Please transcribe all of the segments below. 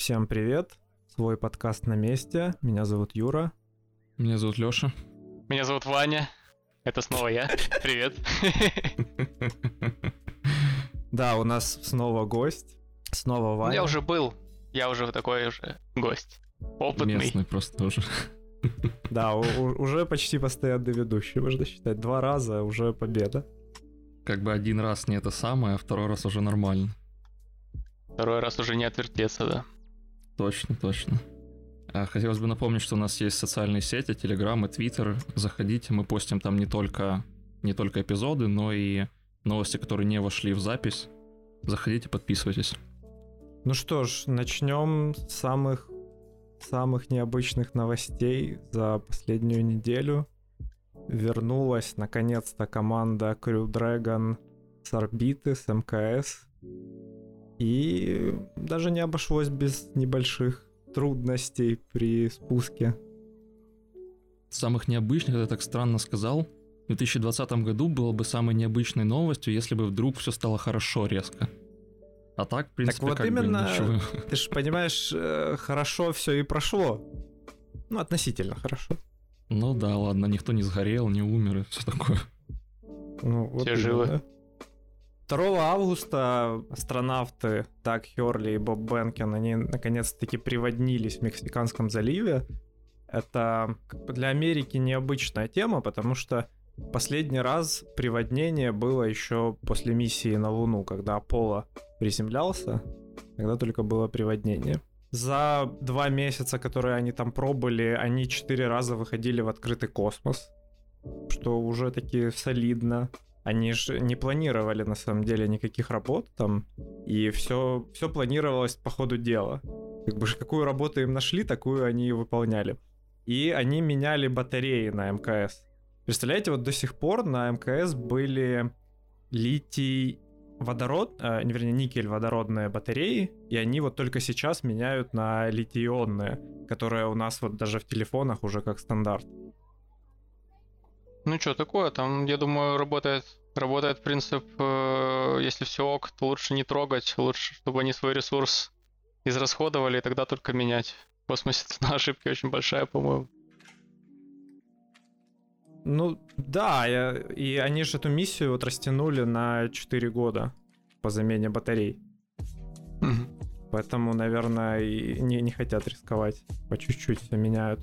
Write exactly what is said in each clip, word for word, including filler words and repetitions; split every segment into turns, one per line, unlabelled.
Всем привет, свой подкаст на месте, меня зовут Юра.
Меня зовут Лёша.
Меня зовут Ваня, это снова я, привет.
Да, у нас снова гость, снова Ваня.
Я уже был, я уже такой уже гость, опытный.
Местный просто уже.
Да, у- уже почти постоянный ведущий, можно считать, два раза уже победа.
Как бы один раз не это самое, а второй раз уже нормально.
Второй раз уже не отвертеться, да.
Точно, точно. А, Хотелось бы напомнить, что у нас есть социальные сети, Телеграм и Твиттер. Заходите, мы постим там не только, не только эпизоды, но и новости, которые не вошли в запись. Заходите, подписывайтесь.
Ну что ж, начнем с самых, самых необычных новостей за последнюю неделю. Вернулась наконец-то команда Crew Dragon с орбиты, с эм ка эс. И даже не обошлось без небольших трудностей при спуске.
Самых необычных, я так странно сказал. В две тысячи двадцатом году было бы самой необычной новостью, если бы вдруг все стало хорошо резко. А так, в принципе,
Так вот
как
именно,
бы ничего.
ты же понимаешь, э, хорошо все и прошло. Ну, относительно хорошо.
Ну да, ладно, никто не сгорел, не умер и все такое.
Ну, вот
Все
именно.
живы.
второго августа астронавты Даг Хёрли и Боб Бенкен, они наконец-таки приводнились в Мексиканском заливе. Это как бы для Америки необычная тема, потому что последний раз приводнение было еще после миссии на Луну, когда Аполло приземлялся, тогда только было приводнение. За два месяца, которые они там пробыли, они четыре раза выходили в открытый космос, что уже таки солидно. Они же не планировали на самом деле никаких работ там, и все, все планировалось по ходу дела. Как бы какую работу им нашли, такую они и выполняли. И они меняли батареи на эм ка эс. Представляете, вот до сих пор на эм ка эс были литий-водород, э, вернее, никель-водородные батареи, и они вот только сейчас меняют на литий-ионные, которые у нас вот даже в телефонах уже как стандарт.
Ну что такое, там, я думаю, работает, работает принцип, э, если все ок, то лучше не трогать, лучше, чтобы они свой ресурс израсходовали, и тогда только менять. В космосе цена ошибки очень большая, по-моему.
Ну, да, я, и они же эту миссию вот растянули на четыре года по замене батарей.
Мгм.
Поэтому, наверное, и не, не хотят рисковать. По чуть-чуть все меняют.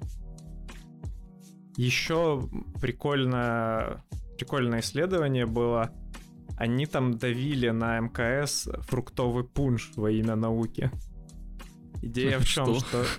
Еще прикольное, прикольное исследование было. Они там давили на эм ка эс фруктовый пунш во имя науки. Идея в чем,
Что?
что...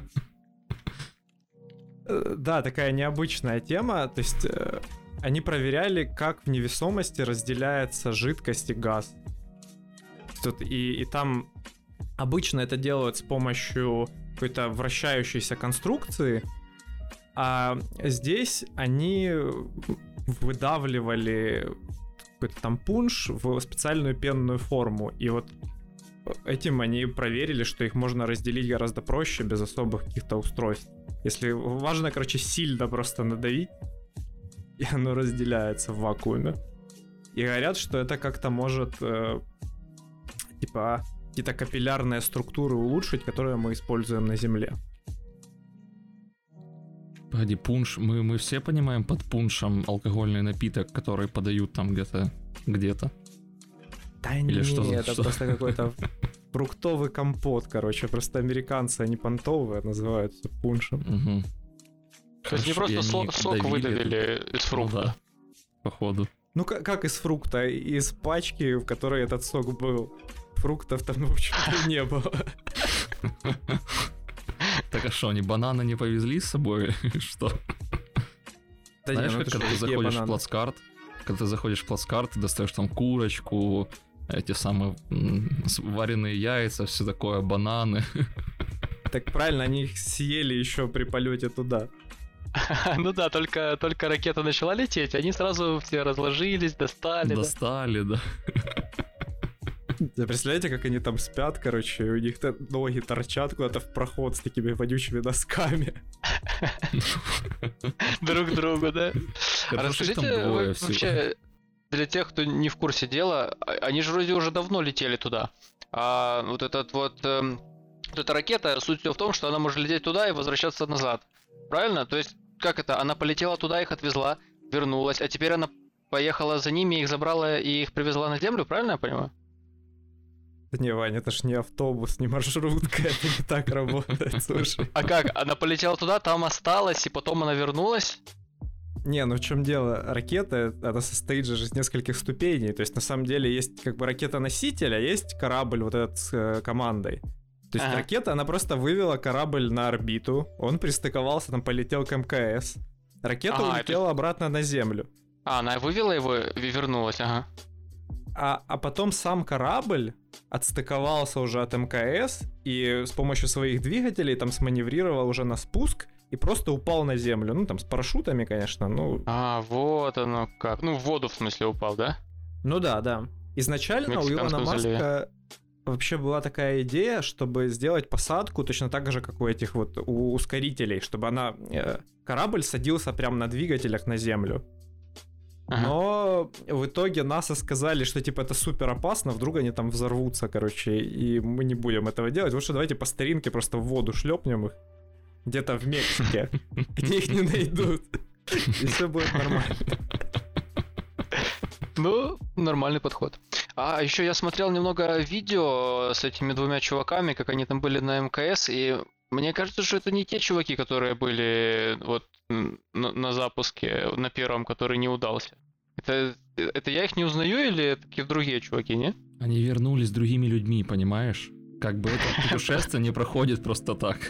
Э, Да, такая необычная тема. То есть э, они проверяли, как в невесомости разделяется жидкость и газ. Тут и, и там обычно это делают с помощью какой-то вращающейся конструкции, а здесь они выдавливали какой-то там пунш в специальную пенную форму. И вот этим они проверили, что их можно разделить гораздо проще, без особых каких-то устройств. Если важно, короче, сильно просто надавить, и оно разделяется в вакууме. И говорят, что это как-то может э, типа какие-то капиллярные структуры улучшить, которые мы используем на Земле.
Погоди, пунш, мы, мы все понимаем под пуншем алкогольный напиток, который подают там где-то, где-то.
Да
Или
нет,
что за-
это
что?
просто какой-то фруктовый компот, короче. Просто американцы, они понтовые, называются пуншем.
Угу.
То есть не просто со- сок выдавили из фрукта.
Ну да, походу.
Ну, как, как из фрукта? Из пачки, в которой этот сок был. Фруктов там, в общем-то, не было.
Так а что, они бананы не повезли с собой? Что?
Да
Знаешь,
не, ну
как
это
когда
ж
ты
какие
заходишь в
бананы?
плацкарт, когда ты заходишь в плацкарт, ты достаешь там курочку, эти самые м, вареные яйца, все такое, бананы.
Так правильно, они их съели еще при полете туда.
Ну да, только, только ракета начала лететь, они сразу все разложились, достали. да.
Достали, да.
Да, представляете, как они там спят, короче, и у них там ноги торчат куда-то в проход с такими вонючими досками.
Друг другу, да. А
Хорошо, что там
расскажите
двое
вы-
всего.
вообще, для тех, кто не в курсе дела, а- они же вроде уже давно летели туда. А вот этот вот эм, Вот эта ракета, суть в том, что она может лететь туда и возвращаться назад. Правильно? То есть, как это? Она полетела туда, их отвезла, вернулась, а теперь она поехала за ними, их забрала и их привезла на Землю, правильно я понимаю?
Да не, Ваня, это ж не автобус, не маршрутка, это не так работает, слушай.
А как? Она полетела туда, там осталась, и потом она вернулась?
Не, ну в чем дело? Ракета, она состоит же из нескольких ступеней. То есть на самом деле есть как бы ракета-носитель, а есть корабль вот этот с э, командой. То есть ага. ракета, она просто вывела корабль на орбиту, он пристыковался, там полетел к эм ка эс. Ракета ага, улетела это... обратно на Землю.
А, она вывела его и вернулась, ага.
А, а потом сам корабль отстыковался уже от эм ка эс и с помощью своих двигателей там сманеврировал уже на спуск и просто упал на Землю. Ну, там с парашютами, конечно, ну...
А, вот оно как. Ну, в воду, в смысле, упал, да?
Ну да, да. Изначально у Илона Маска вообще была такая идея, чтобы сделать посадку точно так же, как у этих вот у ускорителей, чтобы она... Э, корабль садился прямо на двигателях на Землю. Ага. Но в итоге НАСА сказали, что типа это супер опасно, вдруг они там взорвутся, короче, и мы не будем этого делать. Вот что давайте по старинке просто в воду шлепнем их. Где-то в Мексике, где их не найдут. И все будет нормально.
Ну, нормальный подход. А еще я смотрел немного видео с этими двумя чуваками, как они там были на эм ка эс, и мне кажется, что это не те чуваки, которые были вот на, на запуске, на первом, который не удался. Это, это я их не узнаю или такие другие чуваки, не?
Они вернулись другими людьми, понимаешь? Как бы это путешествие не проходит просто так.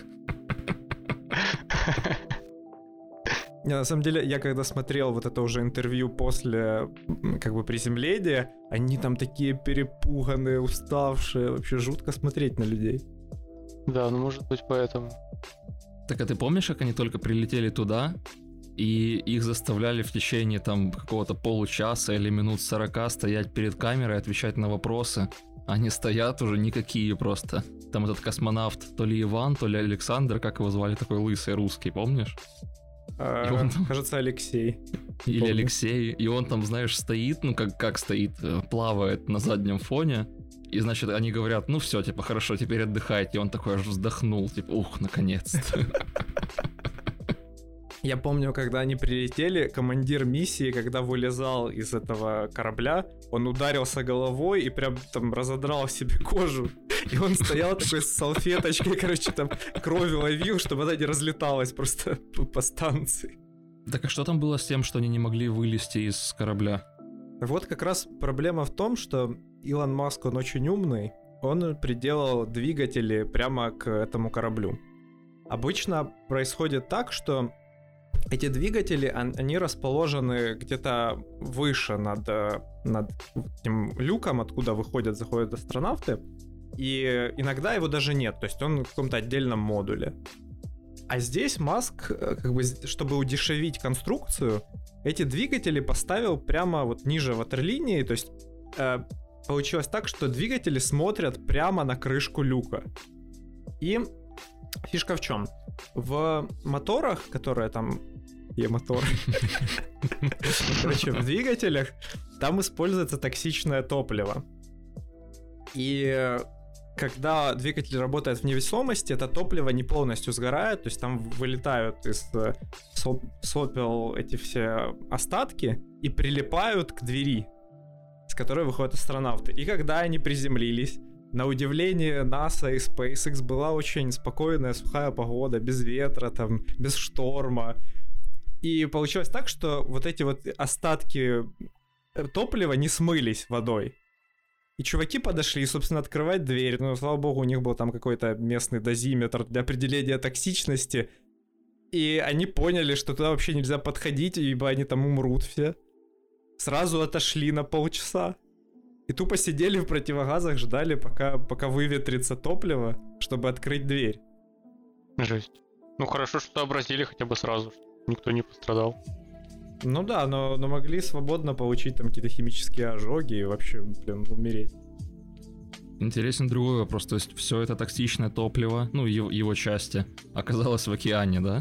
Не, на самом деле, я когда смотрел вот это уже интервью после, как бы, приземления, они там такие перепуганные, уставшие, вообще жутко смотреть на людей.
Да, ну может быть поэтому.
Так а ты помнишь, как они только прилетели туда, и их заставляли в течение там какого-то получаса или минут сорока стоять перед камерой и отвечать на вопросы? Они стоят уже никакие просто. Там этот космонавт, то ли Иван, то ли Александр, как его звали, такой лысый русский, помнишь?
А, он там... Кажется, Алексей.
Или Помню. Алексей. И он там, знаешь, стоит, ну как, как стоит, плавает на заднем фоне. И, значит, они говорят, ну все, типа, хорошо, теперь отдыхайте. И он такой аж вздохнул, типа, ух, наконец-то.
Я помню, когда они прилетели, командир миссии, когда вылезал из этого корабля, он ударился головой и прям там разодрал себе кожу. И он стоял такой с салфеточкой, короче, там кровью ловил, чтобы она не разлеталась просто по станции.
Так а что там было с тем, что они не могли вылезти из корабля?
Вот как раз проблема в том, что Илон Маск, он очень умный, он приделал двигатели прямо к этому кораблю. Обычно происходит так, что эти двигатели, они расположены где-то выше над, над этим люком, откуда выходят, заходят астронавты, и иногда его даже нет, то есть он в каком-то отдельном модуле. А здесь Маск, как бы, чтобы удешевить конструкцию, эти двигатели поставил прямо вот ниже ватерлинии, то есть э, получилось так, что двигатели смотрят прямо на крышку люка. И фишка в чем? В моторах, которые там... Е-моторы. Короче, в двигателях там используется токсичное топливо. И когда двигатель работает в невесомости, это топливо не полностью сгорает, то есть там вылетают из сопел эти все остатки и прилипают к двери, с которой выходят астронавты. И когда они приземлились, на удивление НАСА и SpaceX была очень спокойная, сухая погода, без ветра, там, без шторма. И получилось так, что вот эти вот остатки топлива не смылись водой. И чуваки подошли, собственно, открывать дверь. Ну, слава богу, у них был там какой-то местный дозиметр для определения токсичности. И они поняли, что туда вообще нельзя подходить, ибо они там умрут все. Сразу отошли на полчаса. И тупо сидели в противогазах, ждали, пока, пока выветрится топливо, чтобы открыть дверь.
Жесть. Ну хорошо, что сообразили хотя бы сразу, что никто не пострадал.
Ну да, но, но могли свободно получить там какие-то химические ожоги и вообще, блин, умереть.
Интересен другой вопрос, то есть все это токсичное топливо, ну его, его части, оказалось в океане, да?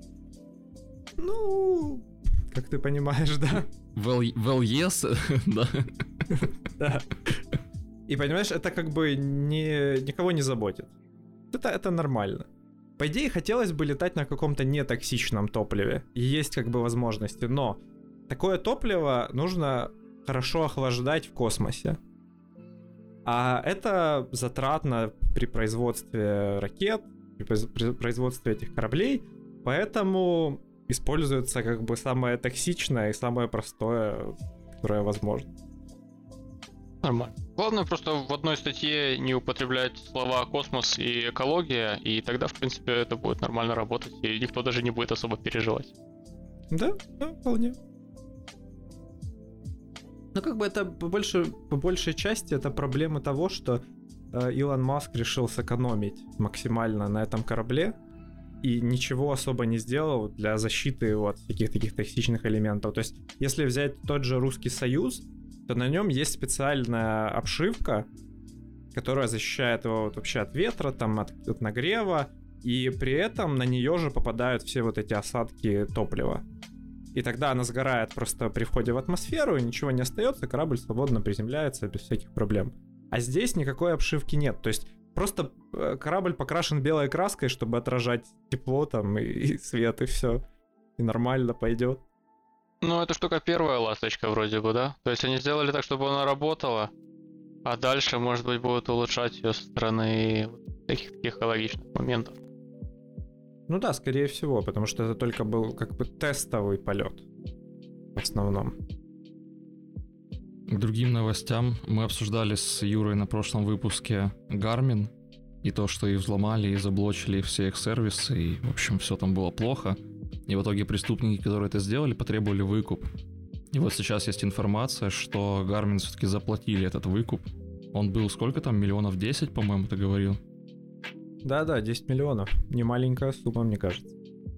Ну, как ты понимаешь, да.
Well, well yes, да.
Да. И понимаешь, это как бы не, никого не заботит. Это, это нормально. По идее, хотелось бы летать на каком-то нетоксичном топливе. И есть как бы возможности. Но такое топливо нужно хорошо охлаждать в космосе. А это затратно при производстве ракет, при производстве этих кораблей. Поэтому используется как бы самое токсичное и самое простое, которое возможно.
Нормально. Главное просто в одной статье не употреблять слова космос и экология, и тогда, в принципе, это будет нормально работать, и никто даже не будет особо переживать.
Да, да, вполне. Ну, как бы это по, больше, по большей части это проблемы того, что э, Илон Маск решил сэкономить максимально на этом корабле и ничего особо не сделал для защиты его от всяких таких токсичных элементов. То есть, если взять тот же Русский Союз, то на нем есть специальная обшивка, которая защищает его вот вообще от ветра, там, от, от нагрева, и при этом на нее же попадают все вот эти осадки топлива. И тогда она сгорает просто при входе в атмосферу, и ничего не остается, корабль свободно приземляется без всяких проблем. А здесь никакой обшивки нет, то есть просто корабль покрашен белой краской, чтобы отражать тепло там и, и свет, и все, и нормально пойдет.
Ну, это штука первая ласточка вроде бы, да? То есть они сделали так, чтобы она работала, а дальше, может быть, будут улучшать ее со стороны таких таких экологичных моментов.
Ну да, скорее всего, потому что это только был как бы тестовый полет в основном.
К другим новостям мы обсуждали с Юрой на прошлом выпуске Garmin и то, что их взломали и заблочили все их сервисы, и, в общем, все там было плохо. И в итоге преступники, которые это сделали, потребовали выкуп. И вот сейчас есть информация, что Garmin все-таки заплатили этот выкуп. Он был сколько там, миллионов десять, по-моему, ты говорил?
Да-да, десять миллионов. Не маленькая сумма, мне кажется.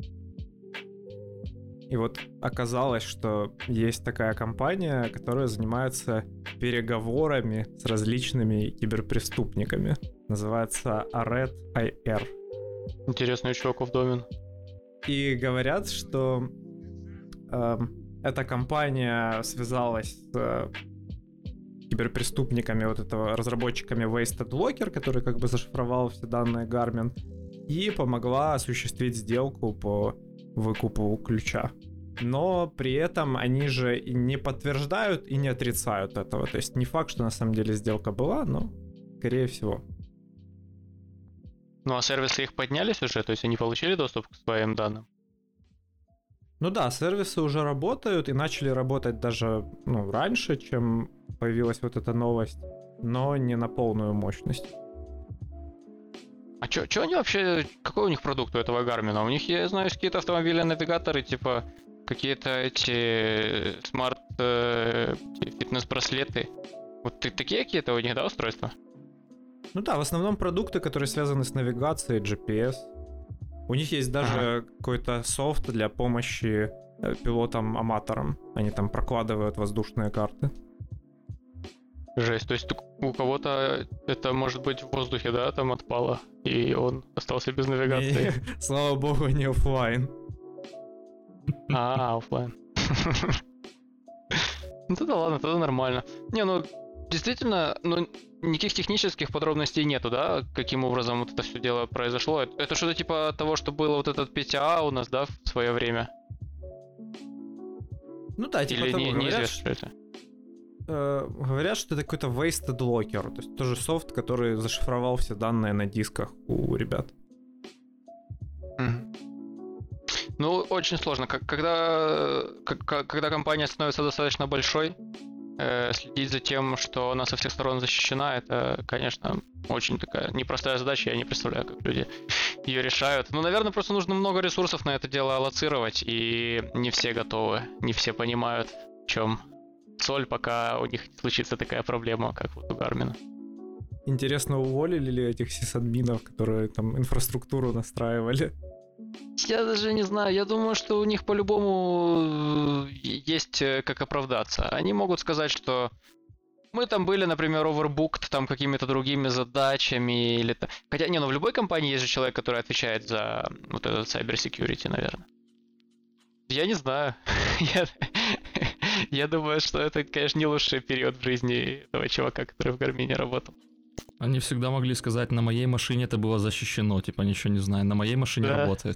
И вот оказалось, что есть такая компания, которая занимается переговорами с различными киберпреступниками. Называется Red ай ар.
Интересный чуваков домен.
И говорят, что э, эта компания связалась с э, киберпреступниками, вот этого разработчиками Wasted Locker, который как бы зашифровал все данные Garmin, и помогла осуществить сделку по выкупу ключа. Но при этом они же и не подтверждают и не отрицают этого. То есть не факт, что на самом деле сделка была, но скорее всего.
Ну а сервисы их поднялись уже? То есть они получили доступ к своим данным?
Ну да, сервисы уже работают и начали работать даже ну, раньше, чем появилась вот эта новость, но не на полную мощность.
А чё, чё они вообще... Какой у них продукт у этого Гармина? У них, я знаю, есть какие-то автомобили-навигаторы, типа какие-то эти смарт э, фитнес-браслеты. Вот такие какие-то у них, да, устройства?
Ну да, в основном продукты, которые связаны с навигацией, джи пи эс. У них есть даже ага. какой-то софт для помощи пилотам-аматорам. Они там прокладывают воздушные карты.
Жесть, то есть у кого-то это может быть в воздухе, да, там отпало, и он остался без навигации.
Слава богу, не офлайн.
А, офлайн. Ну тогда ладно, тогда нормально. Не, ну действительно, ну никаких технических подробностей нету, да, каким образом вот это все дело произошло. Это что-то типа того, что было вот этот пи ти эй у нас, да, в свое время?
Ну да, типа
Или
того,
не,
говорят,
неизвестно, что это.
Э, говорят, что это какой-то Wasted Locker, то есть тоже софт, который зашифровал все данные на дисках у ребят.
Mm-hmm. Ну, очень сложно. Когда, когда компания становится достаточно большой, э, следить за тем, что она со всех сторон защищена, это, конечно, очень такая непростая задача. Я не представляю, как люди ее решают. Ну, наверное, просто нужно много ресурсов на это дело аллоцировать, и не все готовы, не все понимают, в чем соль, пока у них случится такая проблема, как вот у Гармина.
Интересно, уволили ли этих сисадминов, которые там инфраструктуру настраивали?
Я даже не знаю, я думаю, что у них по-любому есть как оправдаться. Они могут сказать, что мы там были, например, overbooked там какими-то другими задачами или... Хотя, не, ну в любой компании есть же человек, который отвечает за вот этот cyber security, наверное. Я не знаю. я... я думаю, что это, конечно, не лучший период в жизни этого чувака, который в Гармине работал.
Они всегда могли сказать, на моей машине это было защищено, типа ничего не знаю, на моей машине
Да.
работает.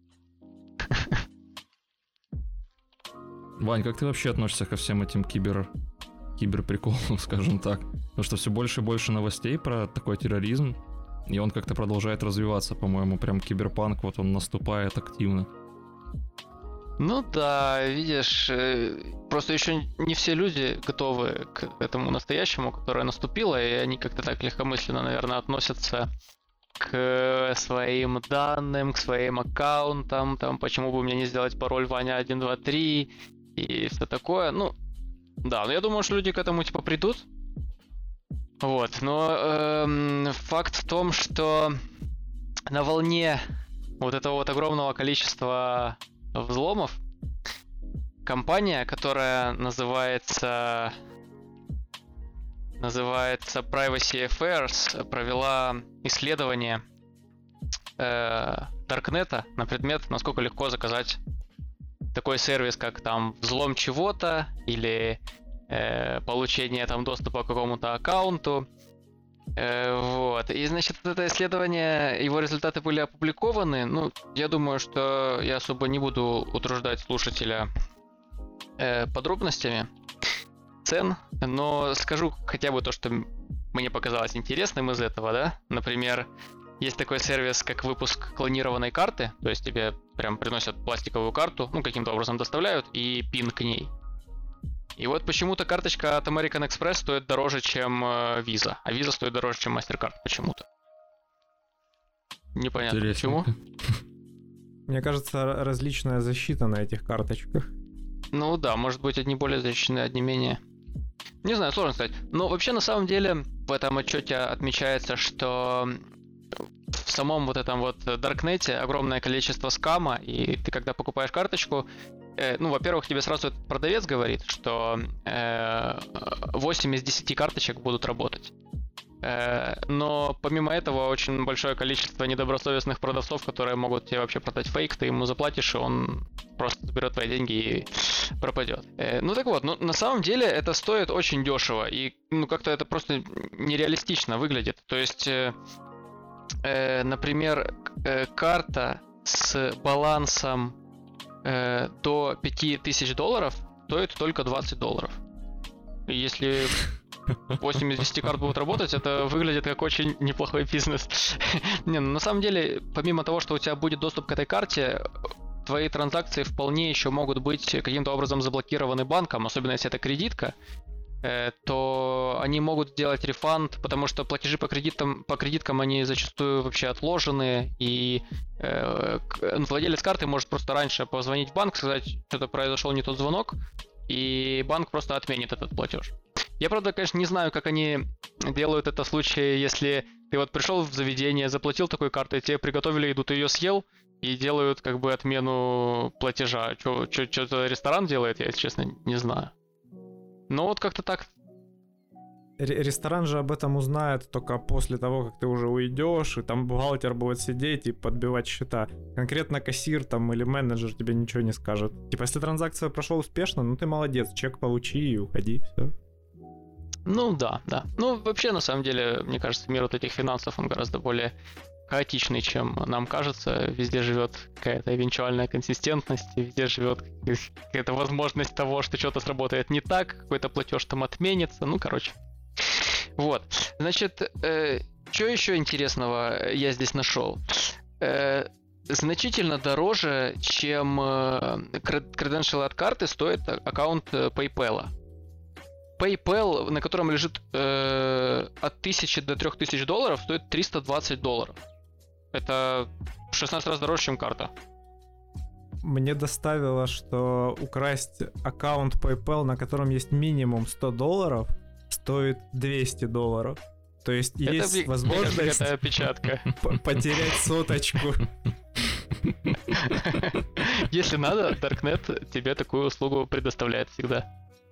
Вань, как ты вообще относишься ко всем этим кибер... киберприколам, скажем так? Потому что все больше и больше новостей про такой терроризм, и он как-то продолжает развиваться, по-моему, прям киберпанк, вот он наступает активно.
Ну да, видишь, э, просто еще не все люди готовы к этому настоящему, которое наступило, и они как-то так легкомысленно, наверное, относятся к своим данным, к своим аккаунтам, там, почему бы мне не сделать пароль Ваня один два три и все такое. Ну, да, но я думаю, что люди к этому типа придут. Вот, но эм, факт в том, что на волне вот этого вот огромного количества взломов компания, которая называется называется Privacy Affairs, провела исследование э, Даркнета на предмет, насколько легко заказать такой сервис, как там взлом чего-то или э, получение там доступа к какому-то аккаунту. Э, вот. И, значит, это исследование, его результаты были опубликованы. Ну, я думаю, что я особо не буду утруждать слушателя э, подробностями цен, но скажу хотя бы то, что мне показалось интересным из этого, да. Например, есть такой сервис, как выпуск клонированной карты, то есть тебе прям приносят пластиковую карту, ну, каким-то образом доставляют, и пин к ней. И вот почему-то карточка от American Express стоит дороже, чем э, Visa, а Visa стоит дороже, чем MasterCard почему-то. Непонятно почему.
Мне кажется, различная защита на этих карточках.
Ну да, может быть, одни более защищены, одни менее. Не знаю, сложно сказать. Но вообще, на самом деле, в этом отчете отмечается, что в самом вот этом вот Даркнете огромное количество скама, и ты, когда покупаешь карточку, э, ну, во-первых, тебе сразу этот продавец говорит, что э, восемь из десяти карточек будут работать. Э, но помимо этого очень большое количество недобросовестных продавцов, которые могут тебе вообще продать фейк, ты ему заплатишь, и он просто заберет твои деньги и пропадет. Э, ну так вот, ну, на самом деле это стоит очень дешево, и ну как-то это просто нереалистично выглядит. То есть, э, э, например, э, карта с балансом э, до пять тысяч долларов стоит только двадцать долларов. И если восемь из десяти карт будут работать, это выглядит как очень неплохой бизнес. Не, ну на самом деле, помимо того, что у тебя будет доступ к этой карте, твои транзакции вполне еще могут быть каким-то образом заблокированы банком, особенно если это кредитка, э, то они могут сделать рефанд, потому что платежи по кредитам, по кредиткам они зачастую вообще отложены, и э, владелец карты может просто раньше позвонить в банк, сказать, что-то произошел не тот звонок, и банк просто отменит этот платеж. Я, правда, конечно, не знаю, как они делают это в случае, если ты вот пришел в заведение, заплатил такой картой, тебе приготовили еду, ты ее съел, и делают как бы отмену платежа. Что-то ресторан делает, я, если честно, не знаю. Но вот как-то так.
Р- ресторан же об этом узнает только после того, как ты уже уйдешь, и там бухгалтер будет сидеть и подбивать счета. Конкретно кассир там или менеджер тебе ничего не скажет. Типа, если транзакция прошла успешно, ну ты молодец, чек получи и уходи, все.
Ну да, да. Ну вообще, на самом деле, мне кажется, мир вот этих финансов, он гораздо более хаотичный, чем нам кажется. Везде живет какая-то эвенчуальная консистентность, везде живет какая-то возможность того, что что-то сработает не так, какой-то платеж там отменится. Ну, короче. Вот. Значит, э, что еще интересного я здесь нашел? Э, значительно дороже, чем э, credential от карты, стоит аккаунт PayPal. PayPal, на котором лежит э, от тысячи до трех тысяч долларов, стоит триста двадцать долларов. Это в шестнадцать раз дороже, чем карта.
Мне доставило, что украсть аккаунт PayPal, на котором есть минимум сто долларов, стоит двести долларов. То есть это есть ви- возможность
опечатка.
Потерять соточку.
Если надо, Darknet тебе такую услугу предоставляет всегда.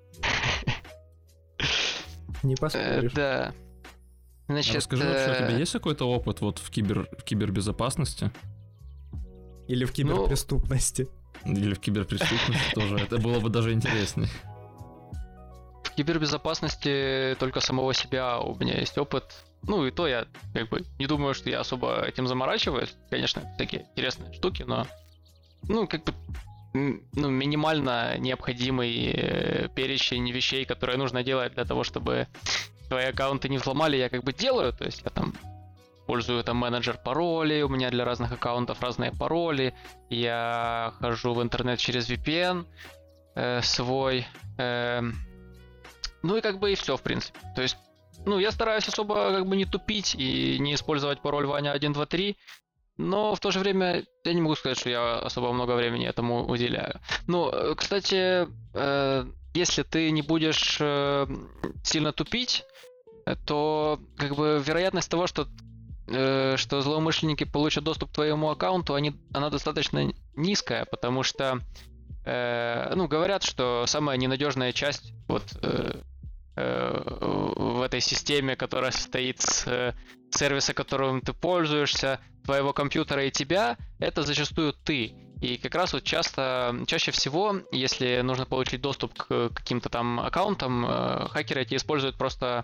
Не поспоришь.
Э, да.
Значит, а расскажи, вообще, у тебя есть какой-то опыт вот в, кибер, в кибербезопасности?
Или в киберпреступности?
Ну, или в киберпреступности тоже. Это было бы даже интереснее.
В кибербезопасности только самого себя у меня есть опыт. Ну и то я как бы не думаю, что я особо этим заморачиваюсь. Конечно, такие интересные штуки, но ну как бы ну, минимально необходимый перечень вещей, которые нужно делать для того, чтобы твои аккаунты не взломали, я как бы делаю. То есть я там пользую там менеджер паролей, у меня для разных аккаунтов разные пароли, я хожу в интернет через ви пи эн э, свой, э, ну и как бы и все в принципе. То есть, ну я стараюсь особо как бы не тупить и не использовать пароль Ваня один два три, но в то же время я не могу сказать, что я особо много времени этому уделяю. Ну, кстати, э, если ты не будешь э, сильно тупить, то как бы вероятность того, что что злоумышленники получат доступ к твоему аккаунту, они, она достаточно низкая, потому что, э, ну, говорят, что самая ненадежная часть вот э, э, в этой системе, которая состоит с э, сервиса, которым ты пользуешься, твоего компьютера и тебя, это зачастую ты. И как раз вот часто, чаще всего, если нужно получить доступ к каким-то там аккаунтам, э, хакеры эти используют просто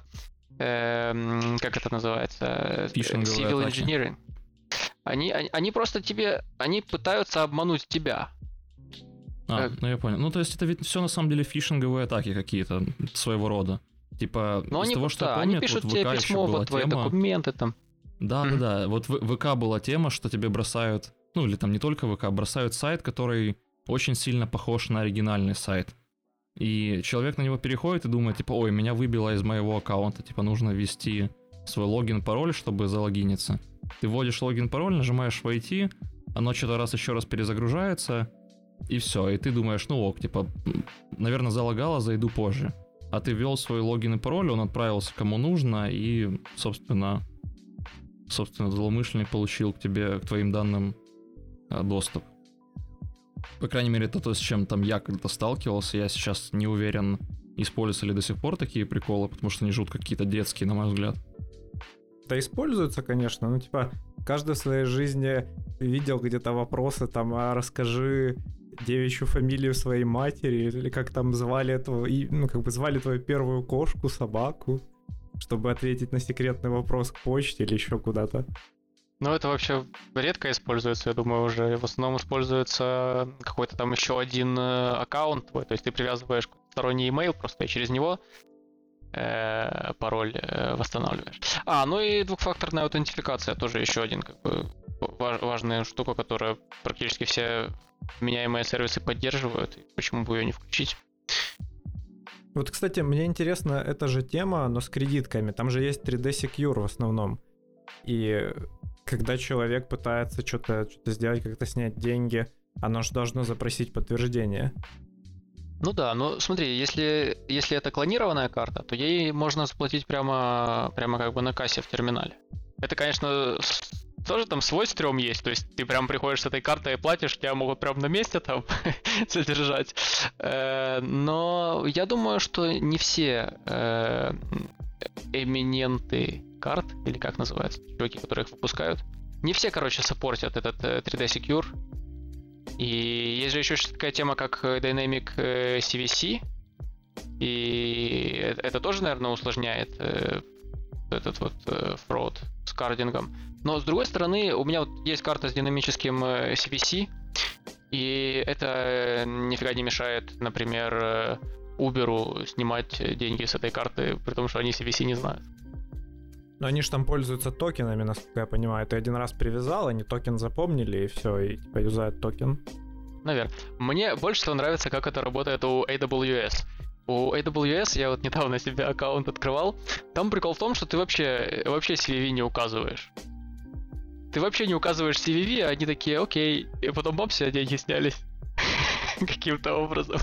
Э, как это называется?
Фишинговые
Civil
атаки.
engineering. Они, они, они просто тебе, они пытаются обмануть тебя.
А,
как...
ну я понял. Ну то есть это ведь все на самом деле фишинговые атаки какие-то своего рода. Типа
Но
из
они,
того, что
да,
я помню,
они пишут
вот в
тебе
ВК
письмо,
еще была
вот твои
тема...
документы там.
Да,
Mm-hmm.
да, да. Вот в ВК была тема, что тебе бросают, ну или там не только ВК, бросают сайт, который очень сильно похож на оригинальный сайт. И человек на него переходит и думает, типа, ой, меня выбило из моего аккаунта, типа, нужно ввести свой логин, пароль, чтобы залогиниться. Ты вводишь логин, пароль, нажимаешь «Войти», оно что-то раз еще раз перезагружается, и все. И ты думаешь, ну ок, типа, наверное, залагало, зайду позже. А ты ввел свой логин и пароль, он отправился кому нужно, и, собственно, собственно, злоумышленник получил к тебе, к твоим данным доступ. По крайней мере, это то, с чем там я когда-то сталкивался. Я сейчас не уверен, используются ли до сих пор такие приколы, потому что они жутко какие-то детские, на мой взгляд.
Да, используются, конечно. Ну, типа, каждый в своей жизни видел где-то вопросы, там, а расскажи девичью фамилию своей матери, или как там звали этого, и, ну, как бы звали твою первую кошку, собаку, чтобы ответить на секретный вопрос к почте или еще куда-то.
Ну, это вообще редко используется, я думаю, уже. В основном используется какой-то там еще один аккаунт твой, то есть ты привязываешь сторонний email просто и через него э, пароль э, восстанавливаешь. А, ну и двухфакторная аутентификация тоже еще один как бы важная штука, которую практически все меняемые сервисы поддерживают. Почему бы ее не включить?
Вот, кстати, мне интересно, эта же тема, но с кредитками. Там же есть три дэ Secure в основном. И когда человек пытается что-то, что-то сделать, как-то снять деньги, оно же должно запросить подтверждение.
Ну да, ну смотри, если, если это клонированная карта, то ей можно заплатить прямо, прямо как бы на кассе в терминале. Это, конечно, тоже там свой стрём есть, то есть ты прям приходишь с этой картой и платишь, тебя могут прям на месте там задержать. Но я думаю, что не все эминенты карт, или как называется, чуваки, которые их выпускают, не все, короче, саппортят этот три дэ Secure. И есть же еще такая тема, как Dynamic си ви си, и это тоже, наверное, усложняет этот вот фрод с кардингом. Но, с другой стороны, у меня вот есть карта с динамическим си ви си, и это нифига не мешает, например, Uber снимать деньги с этой карты, при том, что они си ви си не знают.
Но они же там пользуются токенами, насколько я понимаю. Ты один раз привязал, они токен запомнили, и все, и типа юзают токен.
Наверное. Мне больше всего нравится, как это работает у эй дабл ю эс. У эй дабл ю эс я вот недавно себе аккаунт открывал. Там прикол в том, что ты вообще, вообще си ви ви не указываешь. Ты вообще не указываешь си ви ви, а они такие, окей. И потом бам, все деньги снялись. Каким-то образом.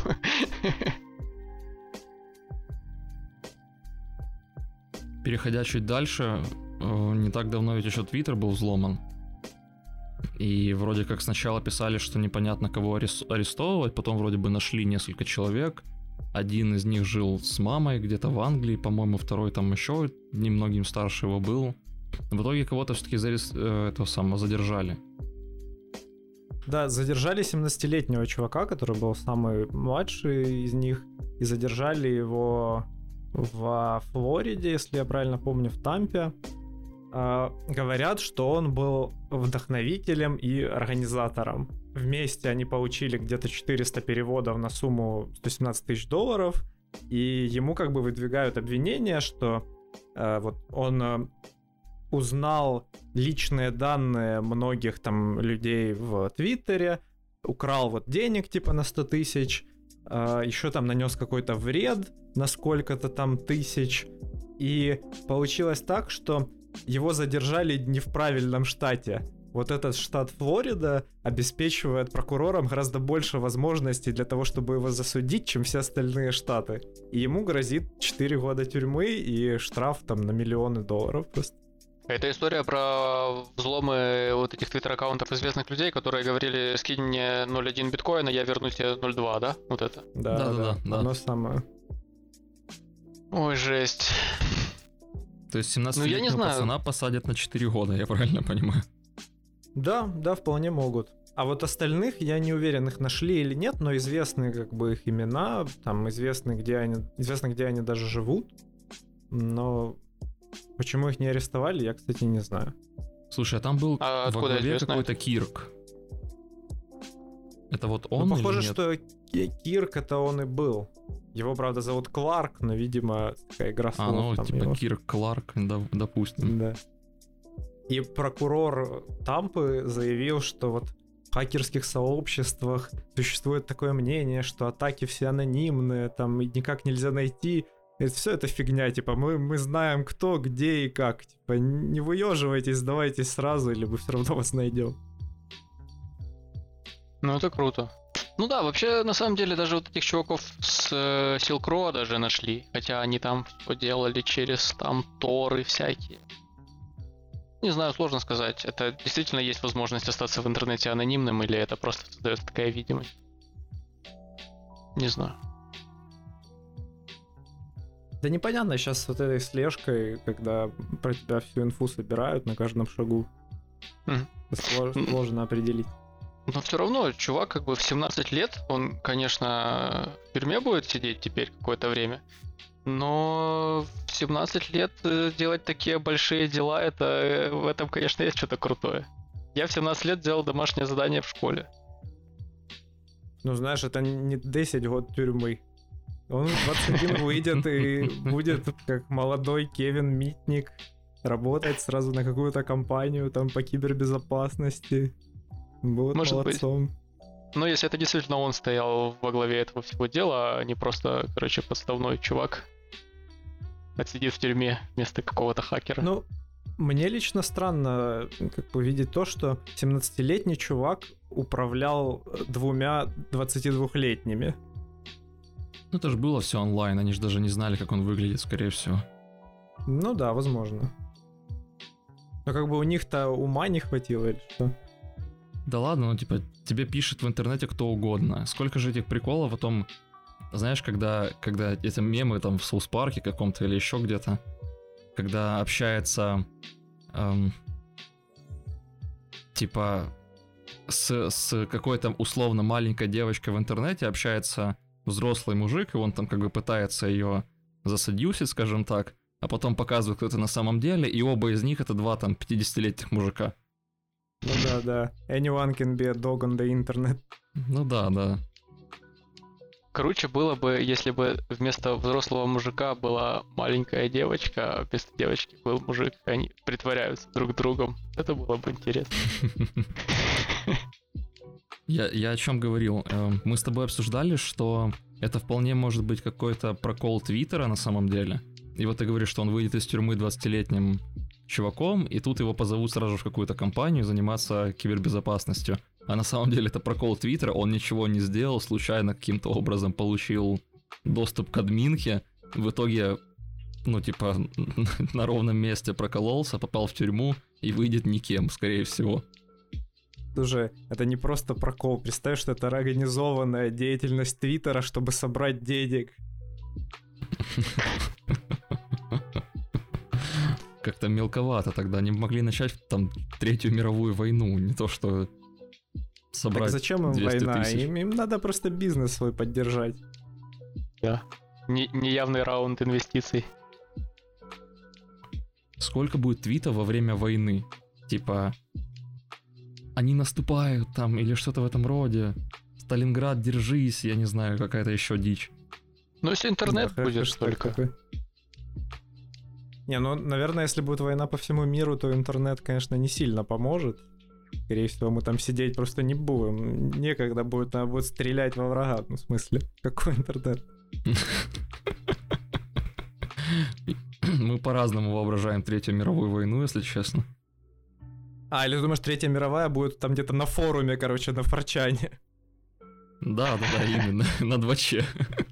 Переходя чуть дальше, не так давно ведь еще Twitter был взломан. И вроде как сначала писали, что непонятно кого арестовывать, потом вроде бы нашли несколько человек. Один из них жил с мамой где-то в Англии, по-моему, второй там еще немногим старше его был. В итоге кого-то все-таки зарез... этого самого задержали.
Да, задержали семнадцатилетнего чувака, который был самый младший из них, и задержали его во Флориде, если я правильно помню, в Тампе. Uh, говорят, что он был вдохновителем и организатором. Вместе они получили где-то четыреста переводов на сумму сто семнадцать тысяч долларов, и ему как бы выдвигают обвинение, что uh, вот он uh, узнал личные данные многих там людей в Твиттере, украл вот денег типа на сто тысяч, uh, еще там нанес какой-то вред на сколько-то там тысяч, и получилось так, что его задержали не в правильном штате. Вот этот штат Флорида обеспечивает прокурорам гораздо больше возможностей для того, чтобы его засудить, чем все остальные штаты. И ему грозит четыре года тюрьмы и штраф там на миллионы долларов просто.
Это история про взломы вот этих твиттер-аккаунтов известных людей, которые говорили: скинь мне ноль целых одна десятых биткоина, я верну тебе ноль целых два, да? Вот это?
Да, да, да, да. Оно самое.
Ой, жесть.
То есть семнадцатилетнего ну, пацана посадят на четыре года, я правильно понимаю?
Да, да, вполне могут. А вот остальных, я не уверен, их нашли или нет, но известны как бы их имена, там известны, где они, известно, где они даже живут. Но почему их не арестовали, я, кстати, не знаю.
Слушай, а там был
а
во главе какой-то Кирк. Это вот он
ну, похоже,
или нет?
что Кирк это он и был. Его, правда, зовут Кларк, но, видимо, такая игра слов.
А, ну,
там
типа
его.
Кирк Кларк, да, допустим.
Да. И прокурор Тампы заявил, что вот в хакерских сообществах существует такое мнение, что атаки все анонимные, там никак нельзя найти. Это все это фигня, типа, мы, мы знаем кто, где и как. Типа, не выеживайтесь, сдавайтесь сразу, или мы все равно вас найдем.
Ну, это круто. Ну да, вообще, на самом деле, даже вот этих чуваков с э, Silk Road даже нашли. Хотя они там все делали через там торы всякие. Не знаю, сложно сказать. Это действительно есть возможность остаться в интернете анонимным, или это просто создается такая видимость? Не знаю.
Да непонятно сейчас с вот этой слежкой, когда про тебя всю инфу собирают на каждом шагу.
Mm.
Сложно, сложно определить.
Но все равно, чувак как бы в семнадцать лет, он, конечно, в тюрьме будет сидеть теперь какое-то время, но в семнадцать лет делать такие большие дела, это в этом, конечно, есть что-то крутое. Я в семнадцать лет делал домашнее задание в школе.
Ну, знаешь, это не десять год тюрьмы. Он в двадцать один выйдет и будет как молодой Кевин Митник работать сразу на какую-то компанию там по кибербезопасности. Будет
Может
молодцом.
быть. Но если это действительно он стоял во главе этого всего дела, а не просто, короче, подставной чувак отсидит в тюрьме вместо какого-то хакера.
Ну, мне лично странно как бы видеть то, что семнадцатилетний чувак управлял двумя двадцатидвухлетними.
Ну это же было все онлайн, они же даже не знали, как он выглядит, скорее всего.
Ну да, возможно. Но как бы у них-то ума не хватило или что?
Да ладно, ну типа, тебе пишет в интернете кто угодно. Сколько же этих приколов о том, знаешь, когда, когда эти мемы там в Соус-парке каком-то или еще где-то, когда общается, эм, типа, с, с какой-то условно маленькой девочкой в интернете общается взрослый мужик, и он там как бы пытается ее засадьюсить, скажем так, а потом показывает, кто это на самом деле, и оба из них это два там пятидесятилетних мужика.
Ну да, да. Anyone can be a dog on the internet.
Ну да, да.
Круче было бы, если бы вместо взрослого мужика была маленькая девочка, а вместо девочки был мужик, и они притворяются друг другом. Это было бы интересно.
Я, я о чем говорил? Мы с тобой обсуждали, что это вполне может быть какой-то прокол Твиттера на самом деле. И вот ты говоришь, что он выйдет из тюрьмы двадцатилетним чуваком, и тут его позовут сразу в какую-то компанию заниматься кибербезопасностью. А на самом деле это прокол Твиттера, он ничего не сделал, случайно каким-то образом получил доступ к админке, в итоге, ну типа, на ровном месте прокололся, попал в тюрьму и выйдет никем, скорее всего.
Слушай, это не просто прокол, представь, что это организованная деятельность Твиттера, чтобы собрать денег.
Как-то мелковато тогда, они могли начать там Третью мировую войну, не то что собрать
так зачем им
двести
война?
тысяч.
Им, им надо просто бизнес свой поддержать.
Да. не, неявный раунд инвестиций.
Сколько будет твитов во время войны? Типа, они наступают там, или что-то в этом роде. Сталинград, держись, я не знаю, какая-то еще дичь.
Ну, если интернет
Да,
будет
хэштег
столько.
такой. Не, ну, наверное, если будет война по всему миру, то интернет, конечно, не сильно поможет. Скорее всего, мы там сидеть просто не будем. Некогда будет, надо будет стрелять во врага. Ну, в смысле, какой интернет?
Мы по-разному воображаем Третью мировую войну, если честно.
А, или думаешь, Третья мировая будет там где-то на форуме, короче, на форчане?
Да, да, да, именно, на дваче.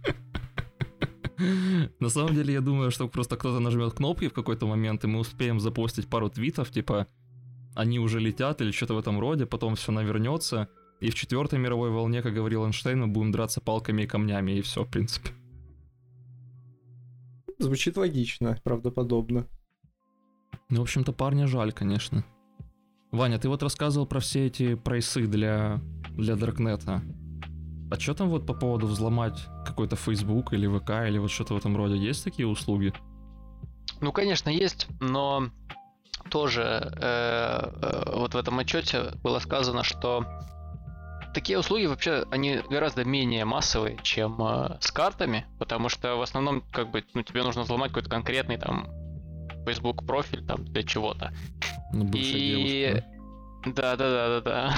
На самом деле, я думаю, что просто кто-то нажмет кнопки в какой-то момент, и мы успеем запостить пару твитов, типа, они уже летят или что-то в этом роде, потом все навернется, и в Четвертой мировой волне, как говорил Эйнштейн, мы будем драться палками и камнями, и все, в принципе.
Звучит логично, правдоподобно.
Ну, в общем-то, парня жаль, конечно. Ваня, ты вот рассказывал про все эти прайсы для, для Даркнета. А что там вот по поводу взломать какой-то Facebook или ВК или вот что-то в этом роде? Есть такие услуги?
Ну, конечно, есть, но тоже э, э, вот в этом отчете было сказано, что такие услуги вообще, они гораздо менее массовые, чем э, с картами, потому что в основном, как бы, ну, тебе нужно взломать какой-то конкретный там Facebook профиль там для чего-то.
Ну, бывшая
И...
девушка.
Да, да, да, да, да.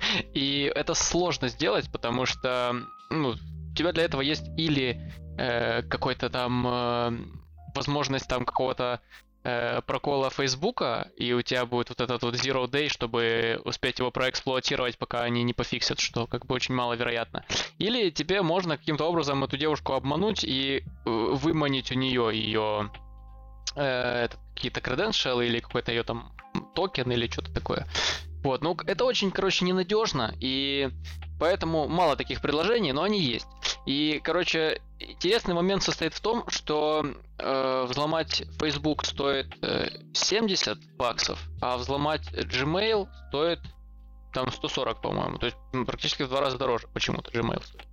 И это сложно сделать, потому что, ну, у тебя для этого есть или э, какой-то там э, возможность там какого-то э, прокола Фейсбука, и у тебя будет вот этот вот zero day, чтобы успеть его проэксплуатировать, пока они не пофиксят, что как бы очень маловероятно. Или тебе можно каким-то образом эту девушку обмануть и э, выманить у нее ее э, какие-то credentials или какой-то ее там токен или что-то такое. Вот, ну это очень, короче, ненадежно, и поэтому мало таких предложений, но они есть. И, короче, интересный момент состоит в том, что э, взломать Facebook стоит э, семьдесят баксов, а взломать Gmail стоит там сто сорок, по-моему. То есть ну, практически в два раза дороже почему-то Gmail стоит.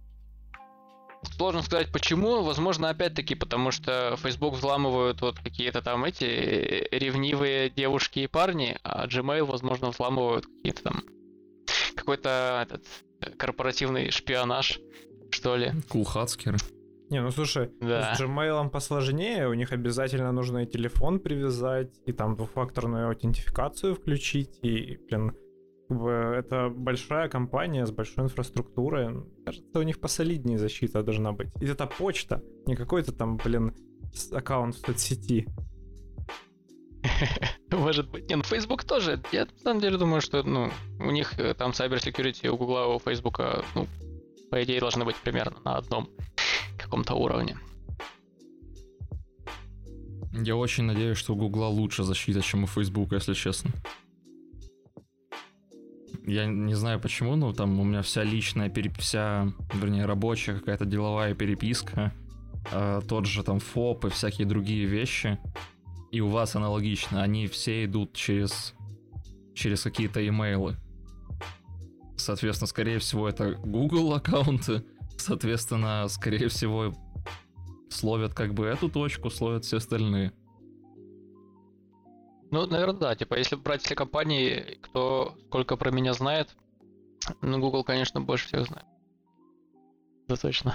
Сложно сказать почему, возможно, опять-таки, потому что Facebook взламывают вот какие-то там эти ревнивые девушки и парни, а Gmail, возможно, взламывают какие-то там какой-то этот корпоративный шпионаж, что ли.
Кулхацкеры.
Не, ну слушай,
Да.
с Gmail посложнее, у них обязательно нужно и телефон привязать, и там двухфакторную аутентификацию включить, и, блин, как бы это большая компания с большой инфраструктурой. Мне кажется, у них посолиднее защита должна быть. И это почта, не какой-то там, блин, аккаунт в соцсети.
Может быть. Не, ну Facebook тоже. Я на самом деле думаю, что ну, у них там cyber security у Гугла, у Фейсбука, ну, по идее, должны быть примерно на одном каком-то уровне.
Я очень надеюсь, что у Гугла лучше защита, чем у Фейсбука, если честно. Я не знаю почему, но там у меня вся личная, переп... вся, вернее, рабочая какая-то деловая переписка, э, тот же там ФОП и всякие другие вещи. И у вас аналогично, они все идут через, через какие-то имейлы. Соответственно, скорее всего, это Google аккаунты. Соответственно, скорее всего, словят как бы эту точку, словят все остальные.
Ну, наверное, да. Типа, если брать все компании, кто сколько про меня знает, ну, Google, конечно, больше всех знает. Да, точно.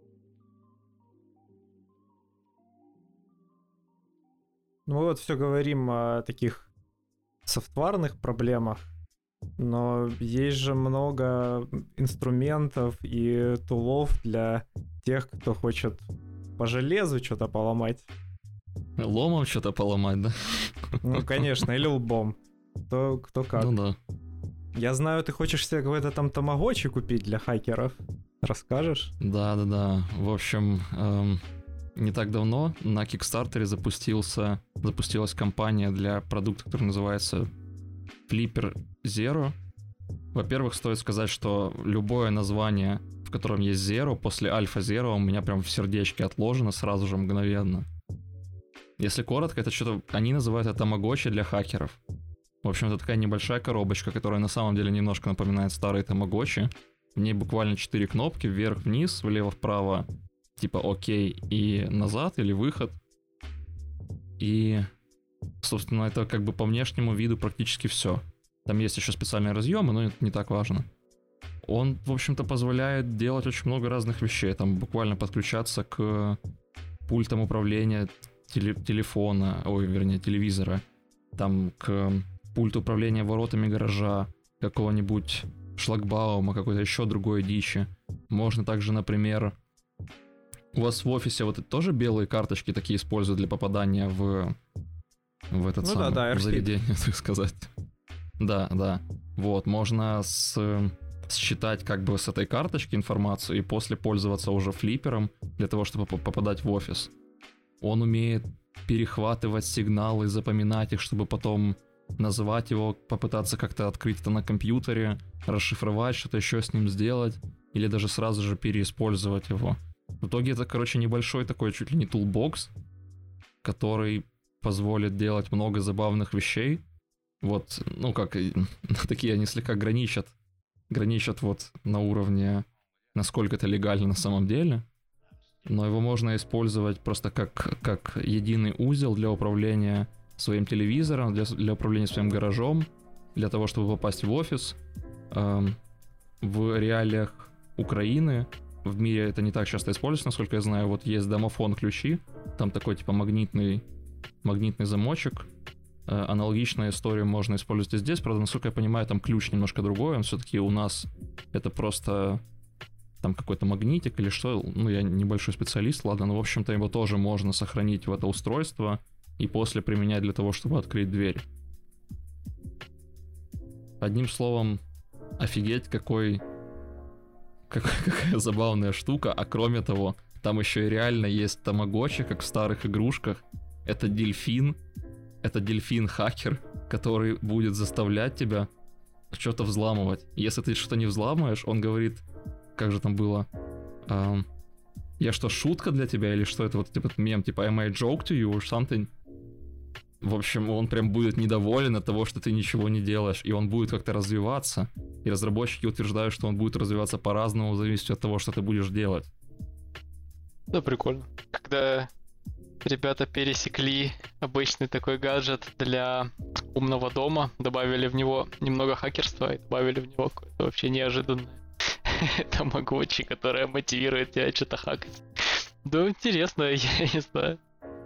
Ну вот все говорим о таких софтварных проблемах, но есть же много инструментов и тулов для тех, кто хочет по железу что-то поломать.
Ломом что-то поломать, да?
Ну, конечно, или лбом. Кто, кто как.
Ну да.
Я знаю, ты хочешь себе какой-то там тамагочи купить для хакеров. Расскажешь?
Да-да-да. В общем, эм, не так давно на Kickstarter запустился, запустилась кампания для продукта, который называется Flipper Zero. Во-первых, стоит сказать, что любое название, в котором есть Zero, после Alpha Zero у меня прям в сердечке отложено сразу же мгновенно. Если коротко, это что-то... Они называют это тамагочи для хакеров. В общем, это такая небольшая коробочка, которая на самом деле немножко напоминает старые тамагочи. В ней буквально четыре кнопки: вверх-вниз, влево-вправо типа окей и назад, или выход. И, собственно, это как бы по внешнему виду практически все. Там есть еще специальные разъемы, но это не так важно. Он, в общем-то, позволяет делать очень много разных вещей. Там буквально подключаться к пультам управления теле- телефона, ой, вернее, телевизора. Там к пульту управления воротами гаража, какого-нибудь шлагбаума, какой-то еще другой дичи. Можно также, например... У вас в офисе вот тоже белые карточки такие используют для попадания в, в этот
ну
самый,
да, да,
в заведение, так сказать. Да, да. Вот, можно с, считать как бы с этой карточки информацию и после пользоваться уже флиппером для того, чтобы попадать в офис. Он умеет перехватывать сигналы, запоминать их, чтобы потом называть его, попытаться как-то открыть это на компьютере, расшифровать, что-то еще с ним сделать, или даже сразу же переиспользовать его. В итоге это, короче, небольшой такой чуть ли не тулбокс, который позволит делать много забавных вещей. Вот, ну как, такие они слегка граничат, граничат вот на уровне, насколько это легально на самом деле. Но его можно использовать просто как, как единый узел для управления своим телевизором, для, для управления своим гаражом, для того, чтобы попасть в офис. Эм, в реалиях Украины, в мире это не так часто используется, насколько я знаю. Вот есть домофон-ключи, там такой типа магнитный, магнитный замочек. Э, аналогичную историю можно использовать и здесь. Правда, насколько я понимаю, там ключ немножко другой. Он все-таки у нас это просто там какой-то магнитик или что. Ну, я небольшой специалист, ладно. Но, в общем-то, его тоже можно сохранить в это устройство и после применять для того, чтобы открыть дверь. Одним словом, офигеть, какой... какая забавная штука, а кроме того, там еще и реально есть тамагочи, как в старых игрушках. Это дельфин, это дельфин-хакер, который будет заставлять тебя что-то взламывать. Если ты что-то не взламываешь, он говорит, как же там было, эм, я что, шутка для тебя, или что это, вот типа мем, типа am I a joke to you or something? В общем, он прям будет недоволен от того, что ты ничего не делаешь, и он будет как-то развиваться. И разработчики утверждают, что он будет развиваться по-разному, в зависимости от того, что ты будешь делать.
Да, прикольно. Когда ребята пересекли обычный такой гаджет для умного дома, добавили в него немного хакерства и добавили в него какое-то вообще неожиданное тамагочи, которое мотивирует тебя что-то хакать. Да, интересно, я не знаю.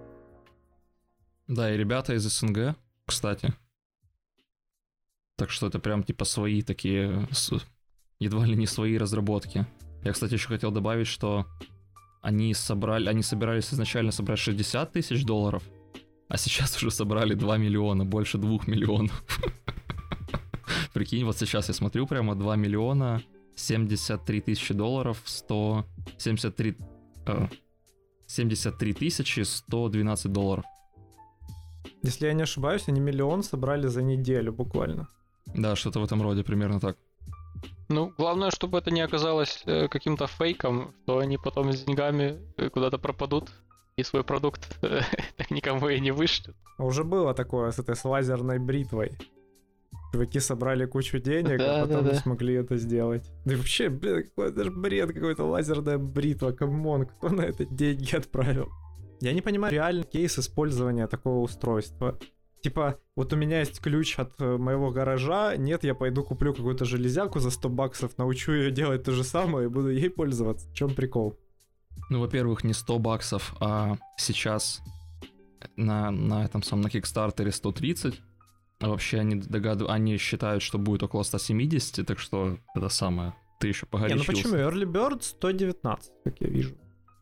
Да, и ребята из СНГ, кстати. Так что это прям типа свои такие, едва ли не свои разработки. Я, кстати, еще хотел добавить, что они собрали, они собирались изначально собрать шестьдесят тысяч долларов, а сейчас уже собрали два миллиона, больше двух миллионов. Прикинь, вот сейчас я смотрю прямо два миллиона семьдесят три тысячи долларов, сто семьдесят три, семьдесят три тысячи сто двенадцать долларов.
Если я не ошибаюсь, они миллион собрали за неделю буквально.
Да, что-то в этом роде, примерно так.
Ну, главное, чтобы это не оказалось э, каким-то фейком, что они потом с деньгами куда-то пропадут, и свой продукт э, так никому и не вышлют.
Уже было такое с этой с лазерной бритвой. Чуваки собрали кучу денег,
да,
а потом
да,
не
да.
смогли это сделать. Да и вообще, блин, какой-то же бред, какой-то лазерная бритва, камон, кто на это деньги отправил? Я не понимаю реальный кейс использования такого устройства. Типа, вот у меня есть ключ от моего гаража, нет, я пойду куплю какую-то железяку за сто баксов, научу ее делать то же самое и буду ей пользоваться. В чем прикол?
Ну, во-первых, не сто баксов, а сейчас на, на этом самом, на Кикстартере сто тридцать. А вообще они догадываются, они считают, что будет около сто семьдесят, так что это самое, ты еще погорячился.
Не, ну почему? Early Bird сто девятнадцать, как я вижу.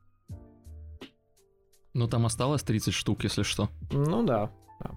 Ну, там осталось тридцать штук, если что.
Ну да, да.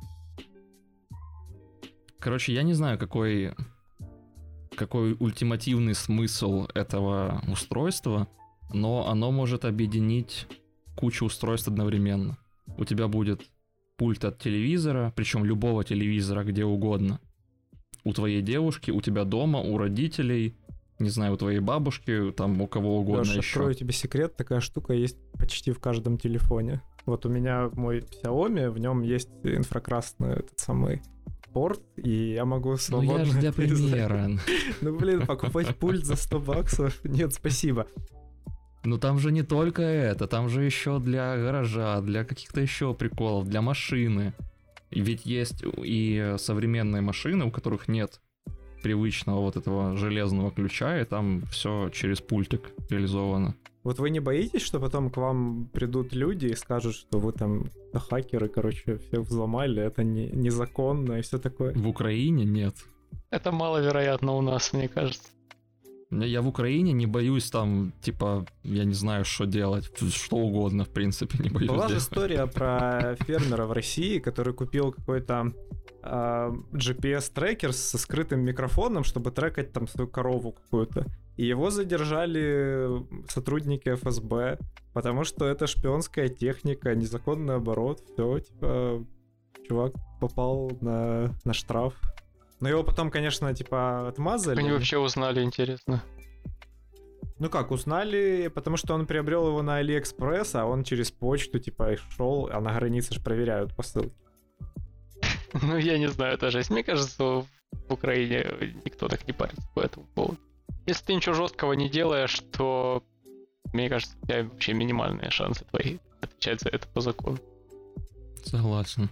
Короче, я не знаю, какой, какой ультимативный смысл этого устройства, но оно может объединить кучу устройств одновременно. У тебя будет пульт от телевизора, причем любого телевизора, где угодно. У твоей девушки, у тебя дома, у родителей, не знаю, у твоей бабушки, там у кого угодно
Лёша,
еще.
открою тебе секрет, такая штука есть почти в каждом телефоне. Вот у меня мой Xiaomi, в нем есть инфракрасный этот самый порт, и я могу свободно...
Ну я же для
перезарядить.
примера.
Ну блин, покупать пульт за сто баксов? Нет, спасибо.
Ну там же не только это, там же еще для гаража, для каких-то еще приколов, для машины. И ведь есть и современные машины, у которых нет привычного вот этого железного ключа, и там все через пультик реализовано.
Вот вы не боитесь, что потом к вам придут люди и скажут, что вы там хакеры, короче, всех взломали, это не, незаконно и все такое?
В Украине нет.
Это маловероятно у нас, мне кажется.
Я в Украине не боюсь там, типа, я не знаю, что делать, что угодно, в принципе, не боюсь.
Была же
делать.
история про фермера в России, который купил какой-то э, джи пи эс-трекер со скрытым микрофоном, чтобы трекать там свою корову какую-то. И его задержали сотрудники эф эс бэ, потому что это шпионская техника, незаконный оборот, все, типа, чувак попал на, на штраф. Но его потом, конечно, типа, отмазали.
Как они вообще узнали, интересно?
Ну как, узнали, потому что он приобрел его на Алиэкспресс, а он через почту, типа, шел, а на границе же проверяют посылки.
Ну, я не знаю, это жесть. Мне кажется, в Украине никто так не парится по этому поводу. Если ты ничего жесткого не делаешь, то, мне кажется, у тебя вообще минимальные шансы твои отвечать за это по закону.
Согласен.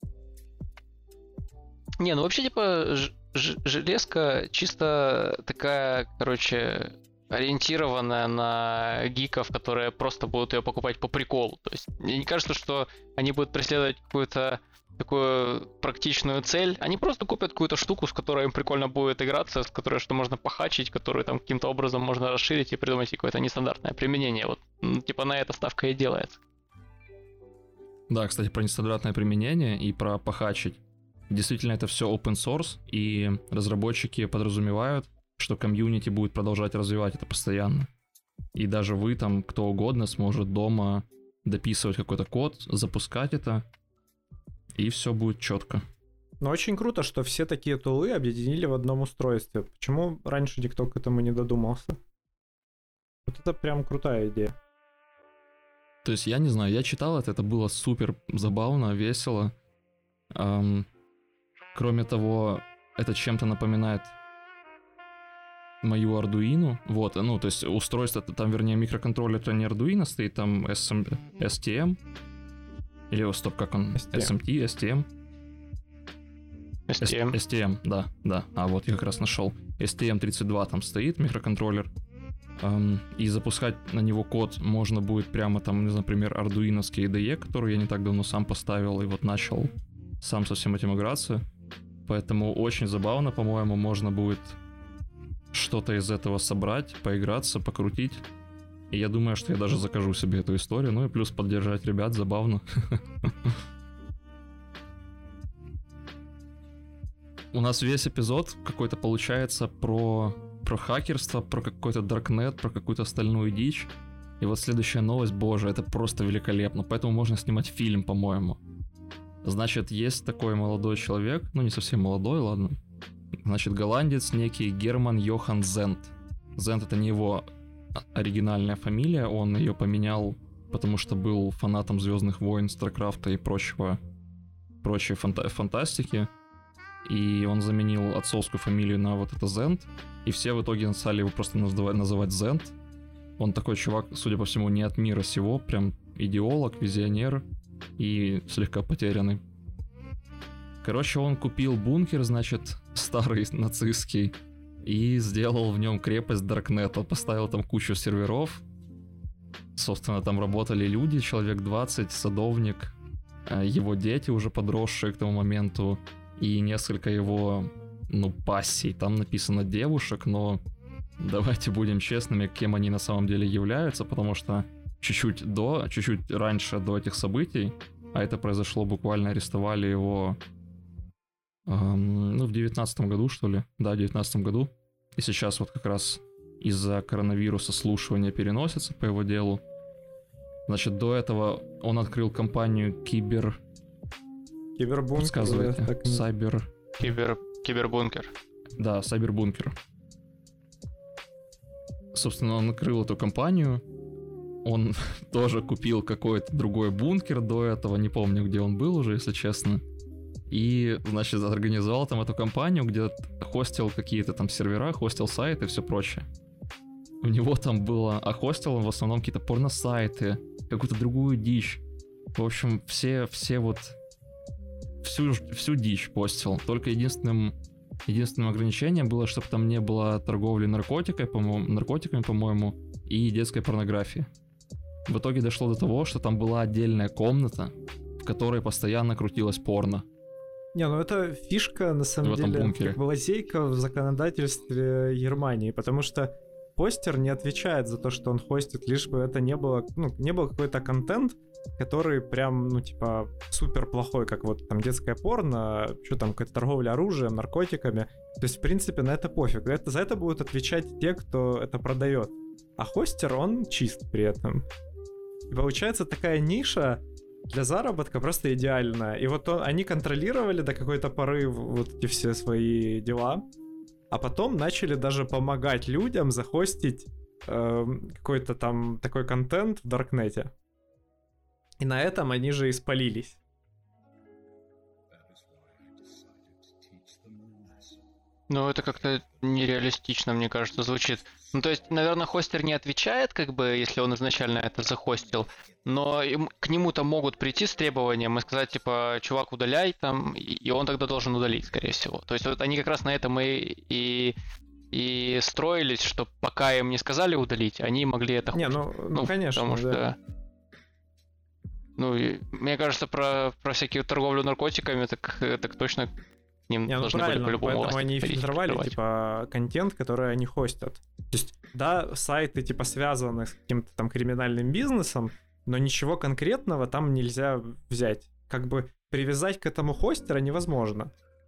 Не, ну вообще, типа, ж- ж- железка чисто такая, короче, ориентированная на гиков, которые просто будут ее покупать по приколу. То есть, мне не кажется, что они будут преследовать какую-то такую практичную цель. Они просто купят какую-то штуку, с которой им прикольно будет играться, с которой что можно похачить, которую там каким-то образом можно расширить и придумать какое-то нестандартное применение. Вот, ну, типа, на это ставка и делается.
Да, кстати, про нестандартное применение и про похачить. Действительно, это все open source, и разработчики подразумевают, что комьюнити будет продолжать развивать это постоянно. И даже вы там, кто угодно, сможет дома дописывать какой-то код, запускать это, и все будет четко.
Но очень круто, что все такие тулы объединили в одном устройстве. Почему раньше никто к этому не додумался? Вот это прям крутая идея.
То есть, я не знаю, я читал это, это было супер забавно, весело. Эм, кроме того, это чем-то напоминает мою Arduino. Вот, ну, то есть устройство, там, вернее, микроконтроллер, это не Arduino стоит, там эс эм, эс ти эм. Или, стоп, как он?
эс ти эм.
эс эм ти, эс ти эм.
эс ти эм.
эс ти эм, да, да. А вот я как раз нашел. эс ти эм тридцать два там стоит, микроконтроллер. Um, и запускать на него код можно будет прямо там, например, ардуиновский ай ди и, который я не так давно сам поставил и вот начал сам со всем этим играться. Поэтому очень забавно, по-моему, можно будет что-то из этого собрать, поиграться, покрутить. И я думаю, что я даже закажу себе эту историю. Ну и плюс поддержать ребят, забавно. У нас весь эпизод какой-то получается про... про хакерство, про какой-то даркнет, про какую-то остальную дичь. И вот следующая новость, боже, это просто великолепно. Поэтому можно снимать фильм, по-моему. Значит, есть такой молодой человек, ну не совсем молодой, ладно. Значит, голландец некий Герман Йохан Зент. Зент — это не его оригинальная фамилия, он ее поменял, потому что был фанатом Звездных войн, Старкрафта и прочего, прочей фанта- фантастики. И он заменил отцовскую фамилию на вот это Зент. И все в итоге стали его просто называть, называть Зент. Он такой чувак, судя по всему, не от мира сего, прям идеолог, визионер и слегка потерянный. Короче, он купил бункер, значит, старый нацистский, и сделал в нем крепость Даркнета, поставил там кучу серверов. Собственно, там работали люди, человек двадцать, садовник, его дети уже подросшие к тому моменту, и несколько его, ну, пассий. Там написано девушек, но давайте будем честными, кем они на самом деле являются, потому что чуть-чуть до, чуть-чуть раньше до этих событий, а это произошло буквально, арестовали его, эм, ну, в девятнадцатом году, что ли? Да, в девятнадцатом году. И сейчас вот как раз из-за коронавируса слушания переносится по его делу. Значит, до этого он открыл компанию Кибер...
Кибербункер.
Рассказывайте.
Так...
Сайбер...
Кибер... Кибербункер.
Да, Сайбербункер. Собственно, он открыл эту компанию. Он тоже купил какой-то другой бункер до этого. Не помню, где он был уже, если честно. И, значит, организовал там эту компанию, где хостил какие-то там сервера, хостил сайты и все прочее. у него там было, а хостил он в основном какие-то порносайты, какую-то другую дичь. В общем, все, все вот, всю, всю дичь постил. Только единственным, единственным ограничением было, чтобы там не было торговли наркотикой, по-моему, наркотиками, по-моему, и детской порнографии. В итоге дошло до того, что там была отдельная комната, в которой постоянно крутилось порно.
Не, ну это фишка, на самом деле, как бы лазейка в законодательстве Германии, потому что хостер не отвечает за то, что он хостит, лишь бы это не было, ну, не был какой-то контент, который прям, ну, типа, супер плохой, как вот там детское порно, что там, какая-то торговля оружием, наркотиками. То есть, в принципе, на это пофиг. Это, за это будут отвечать те, кто это продает. А хостер, он чист при этом. И получается такая ниша для заработка просто идеальная. И вот он, они контролировали до какой-то поры вот эти все свои дела, а потом начали даже помогать людям захостить э, какой-то там такой контент в Даркнете. И на этом они же и спалились.
Ну, это как-то нереалистично, мне кажется, звучит. Ну, то есть, наверное, хостер не отвечает, как бы, если он изначально это захостил, но им, к нему-то могут прийти с требованием и сказать, типа, чувак, удаляй там, и он тогда должен удалить, скорее всего. То есть, вот они как раз на этом и, и, и строились, что пока им не сказали удалить, они могли это
хостить. Не, ну, ну, ну конечно,
потому что...
да.
Ну, и, мне кажется, про, про всякие торговлю наркотиками, так, так точно... Им
не, ну
должны
правильно,
были по-любому
поэтому они фильтровали, типа, контент, который они хостят. То есть, да, сайты, типа, связаны с каким-то там криминальным бизнесом, но ничего конкретного там нельзя взять. Как бы привязать к этому хостера невозможно.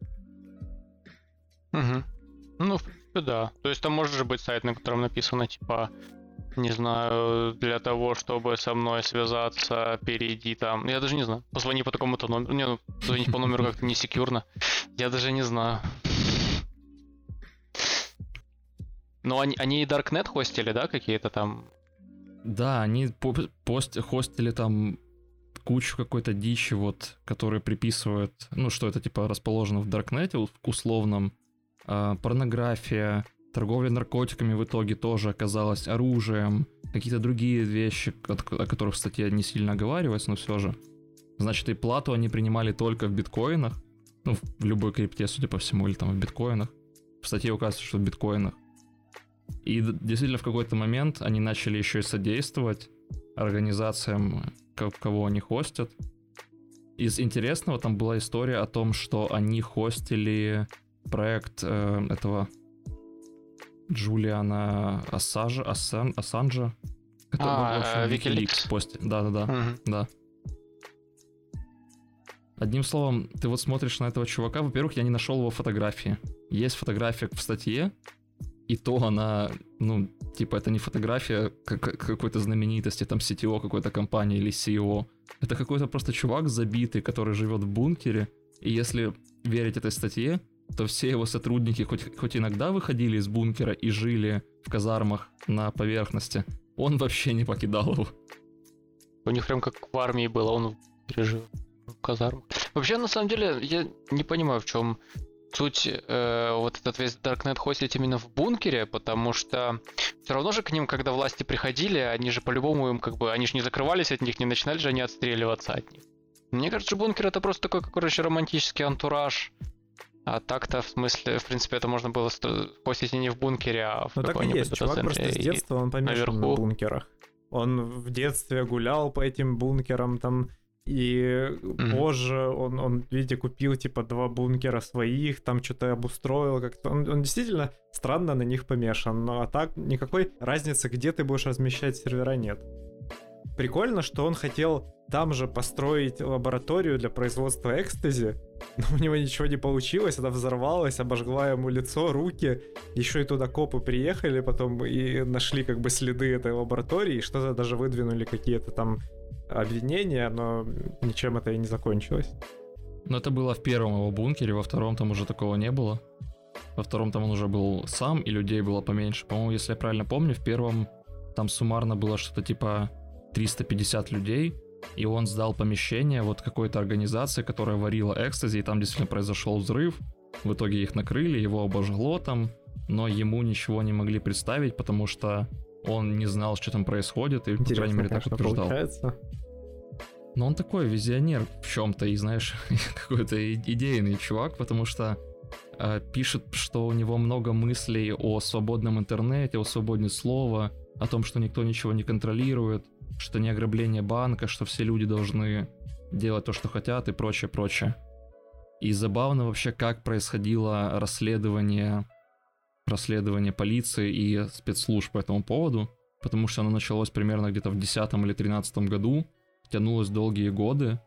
Угу. Ну, в принципе, да. То есть там может же быть сайт, на котором написано, типа, не знаю, для того, чтобы со мной связаться, перейди там. Я даже не знаю. Позвони по такому-то номеру. Не, ну, звонить по номеру как-то не секьюрно. Я даже не знаю. Но они, они и Darknet хостили, да, какие-то там?
Да, они пост, хостили там кучу какой-то дичи, вот, которые приписывают, ну, что это, типа, расположено в Darknet, в условном, э, порнография, торговля наркотиками в итоге тоже оказалась оружием, какие-то другие вещи, о которых в статье не сильно оговаривается, но все же. Значит, и плату они принимали только в биткоинах, ну, в любой крипте, судя по всему, или там в биткоинах. В статье указывается, что в биткоинах. И действительно в какой-то момент они начали еще и содействовать организациям, кого они хостят. Из интересного там была история о том, что они хостили проект э, этого... Джулиана Ассажа, Ассан, Ассанжа, который,
а,
в общем, Wikileaks постит. Да-да-да, угу. да. Одним словом, ты вот смотришь на этого чувака, во-первых, я не нашел его фотографии. Есть фотография в статье, и то она, ну, типа, это не фотография какой-то знаменитости, там, си ти о какой-то компании или си и о. Это какой-то просто чувак забитый, который живет в бункере, и если верить этой статье, то все его сотрудники хоть, хоть иногда выходили из бункера и жили в казармах на поверхности, он вообще не покидал его.
У них прям как в армии было, он пережил в казармах. Вообще, на самом деле, я не понимаю, в чем суть э, вот этот весь Darknet хостить именно в бункере, потому что все равно же к ним, когда власти приходили, они же по-любому им как бы, они же не закрывались от них, не начинали же они отстреливаться от них. Мне кажется, бункер это просто такой, короче, романтический антураж. А так-то, в смысле, в принципе, это можно было хостить не в бункере, а в
ну, так и есть. Чувак просто с детства, он помешан наверху. На бункерах. Он в детстве гулял по этим бункерам, там, и mm-hmm. позже он, он, видите, купил, типа, два бункера своих, там, что-то обустроил как-то. Он, он действительно странно на них помешан, но а так никакой разницы, где ты будешь размещать сервера, нет. Прикольно, что он хотел там же построить лабораторию для производства экстази, но у него ничего не получилось, она взорвалась, обожгла ему лицо, руки, еще и туда копы приехали потом и нашли как бы следы этой лаборатории, что-то даже выдвинули какие-то там обвинения, но ничем это и не закончилось.
Но это было в первом его бункере, во втором там уже такого не было. Во втором там он уже был сам, и людей было поменьше. По-моему, если я правильно помню, в первом там суммарно было что-то типа триста пятьдесят людей, и он сдал помещение вот какой-то организации, которая варила экстази, и там действительно произошел взрыв. В итоге их накрыли, его обожгло там, но ему ничего не могли представить, потому что он не знал, что там происходит, и, интересно, по крайней мере, так утверждал. Получается. Но он такой визионер в чем-то, и, знаешь, какой-то идейный чувак, потому что э, пишет, что у него много мыслей о свободном интернете, о свободе слова, о том, что никто ничего не контролирует, что не ограбление банка, что все люди должны делать то, что хотят, и прочее, прочее. И забавно вообще, как происходило расследование, расследование полиции и спецслужб по этому поводу, потому что оно началось примерно где-то в десятом или тринадцатом году, тянулось долгие годы.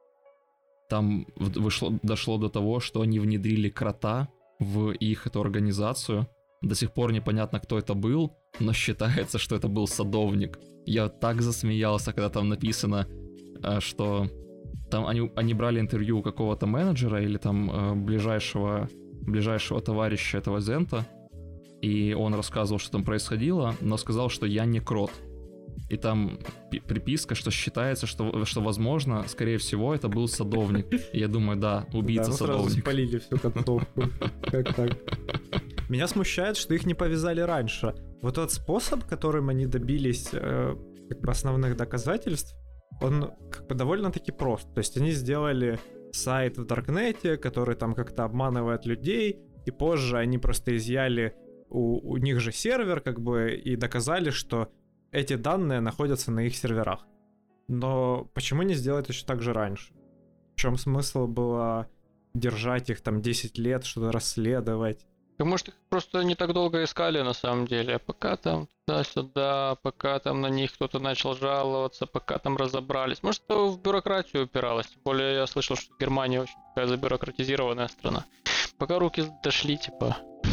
Там вышло, дошло до того, что они внедрили крота в их эту организацию. До сих пор непонятно, кто это был, но считается, что это был садовник. Я так засмеялся, когда там написано, что там они, они брали интервью у какого-то менеджера или там ближайшего, ближайшего товарища этого Зента, и он рассказывал, что там происходило, но сказал, что я не крот. И там приписка, что считается, что, что возможно, скорее всего, это был садовник. И я думаю, да, убийца, да, садовник.
Сразу спалили всю концовку. Как так? Меня смущает, что их не повязали раньше. Вот тот способ, которым они добились э, как бы основных доказательств, он как бы довольно-таки прост. То есть они сделали сайт в Даркнете, который там как-то обманывает людей, и позже они просто изъяли у, у них же сервер, как бы, и доказали, что эти данные находятся на их серверах. Но почему не сделать еще так же раньше? В чем смысл было держать их там десять лет, что-то расследовать?
Может, их просто не так долго искали на самом деле, а пока там туда-сюда, пока там на них кто-то начал жаловаться, пока там разобрались. Может, это в бюрократию упиралось. Тем более я слышал, что Германия очень такая забюрократизированная страна. Пока руки дошли, типа...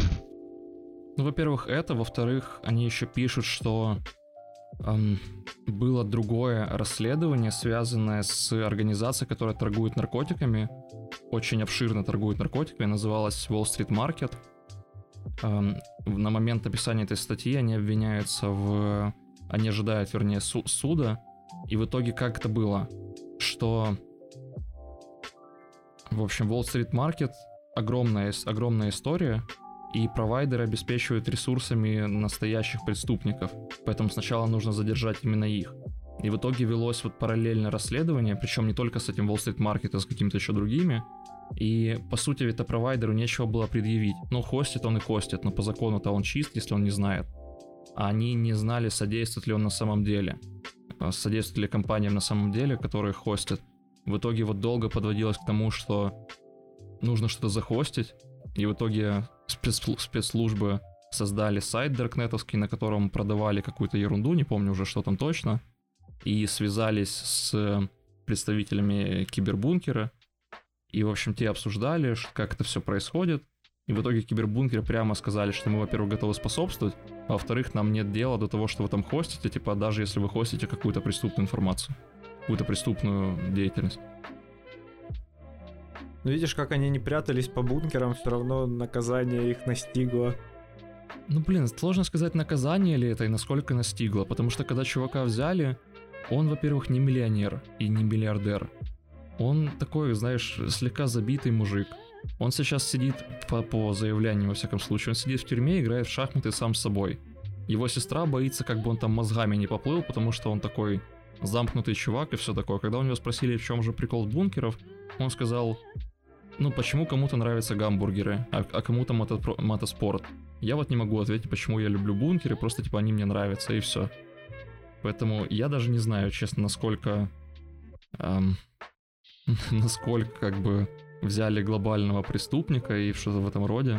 Ну, во-первых, это. Во-вторых, они еще пишут, что эм, было другое расследование, связанное с организацией, которая торгует наркотиками. Очень обширно торгует наркотиками. Называлась Wall Street Market. Эм, на момент написания этой статьи они обвиняются в... Они ожидают, вернее, су- суда. И в итоге как это было? Что... В общем, Wall Street Market огромная, огромная история, и провайдеры обеспечивают ресурсами настоящих преступников. Поэтому сначала нужно задержать именно их. И в итоге велось вот параллельное расследование, причем не только с этим Wall Street Market, а с какими-то еще другими. И, по сути, это провайдеру нечего было предъявить. Ну, хостит он и хостит, но по закону-то он чист, если он не знает. А они не знали, содействует ли он на самом деле. Содействует ли компаниям на самом деле, которые хостят. В итоге вот долго подводилось к тому, что нужно что-то захостить. И в итоге спецслужбы создали сайт даркнетовский, на котором продавали какую-то ерунду, не помню уже, что там точно. И связались с представителями кибербункера. И, в общем, те обсуждали, как это все происходит. И в итоге кибербункеры прямо сказали, что мы, во-первых, готовы способствовать, а во-вторых, нам нет дела до того, что вы там хостите, типа, даже если вы хостите какую-то преступную информацию, какую-то преступную деятельность.
Ну, видишь, как они не прятались по бункерам, все равно наказание их настигло.
Ну, блин, сложно сказать, наказание ли это и насколько настигло, потому что когда чувака взяли, он, во-первых, не миллионер и не миллиардер. Он такой, знаешь, слегка забитый мужик. Он сейчас сидит, по, по заявлению, во всяком случае, он сидит в тюрьме, играет в шахматы сам с собой. Его сестра боится, как бы он там мозгами не поплыл, потому что он такой замкнутый чувак и все такое. Когда у него спросили, в чем же прикол бункеров, он сказал... Ну, почему кому-то нравятся гамбургеры, а, а кому-то мото- мотоспорт? Я вот не могу ответить, почему я люблю бункеры, просто типа они мне нравятся, и все. Поэтому я даже не знаю, честно, насколько... Эм, насколько, как бы, взяли глобального преступника и что-то в этом роде.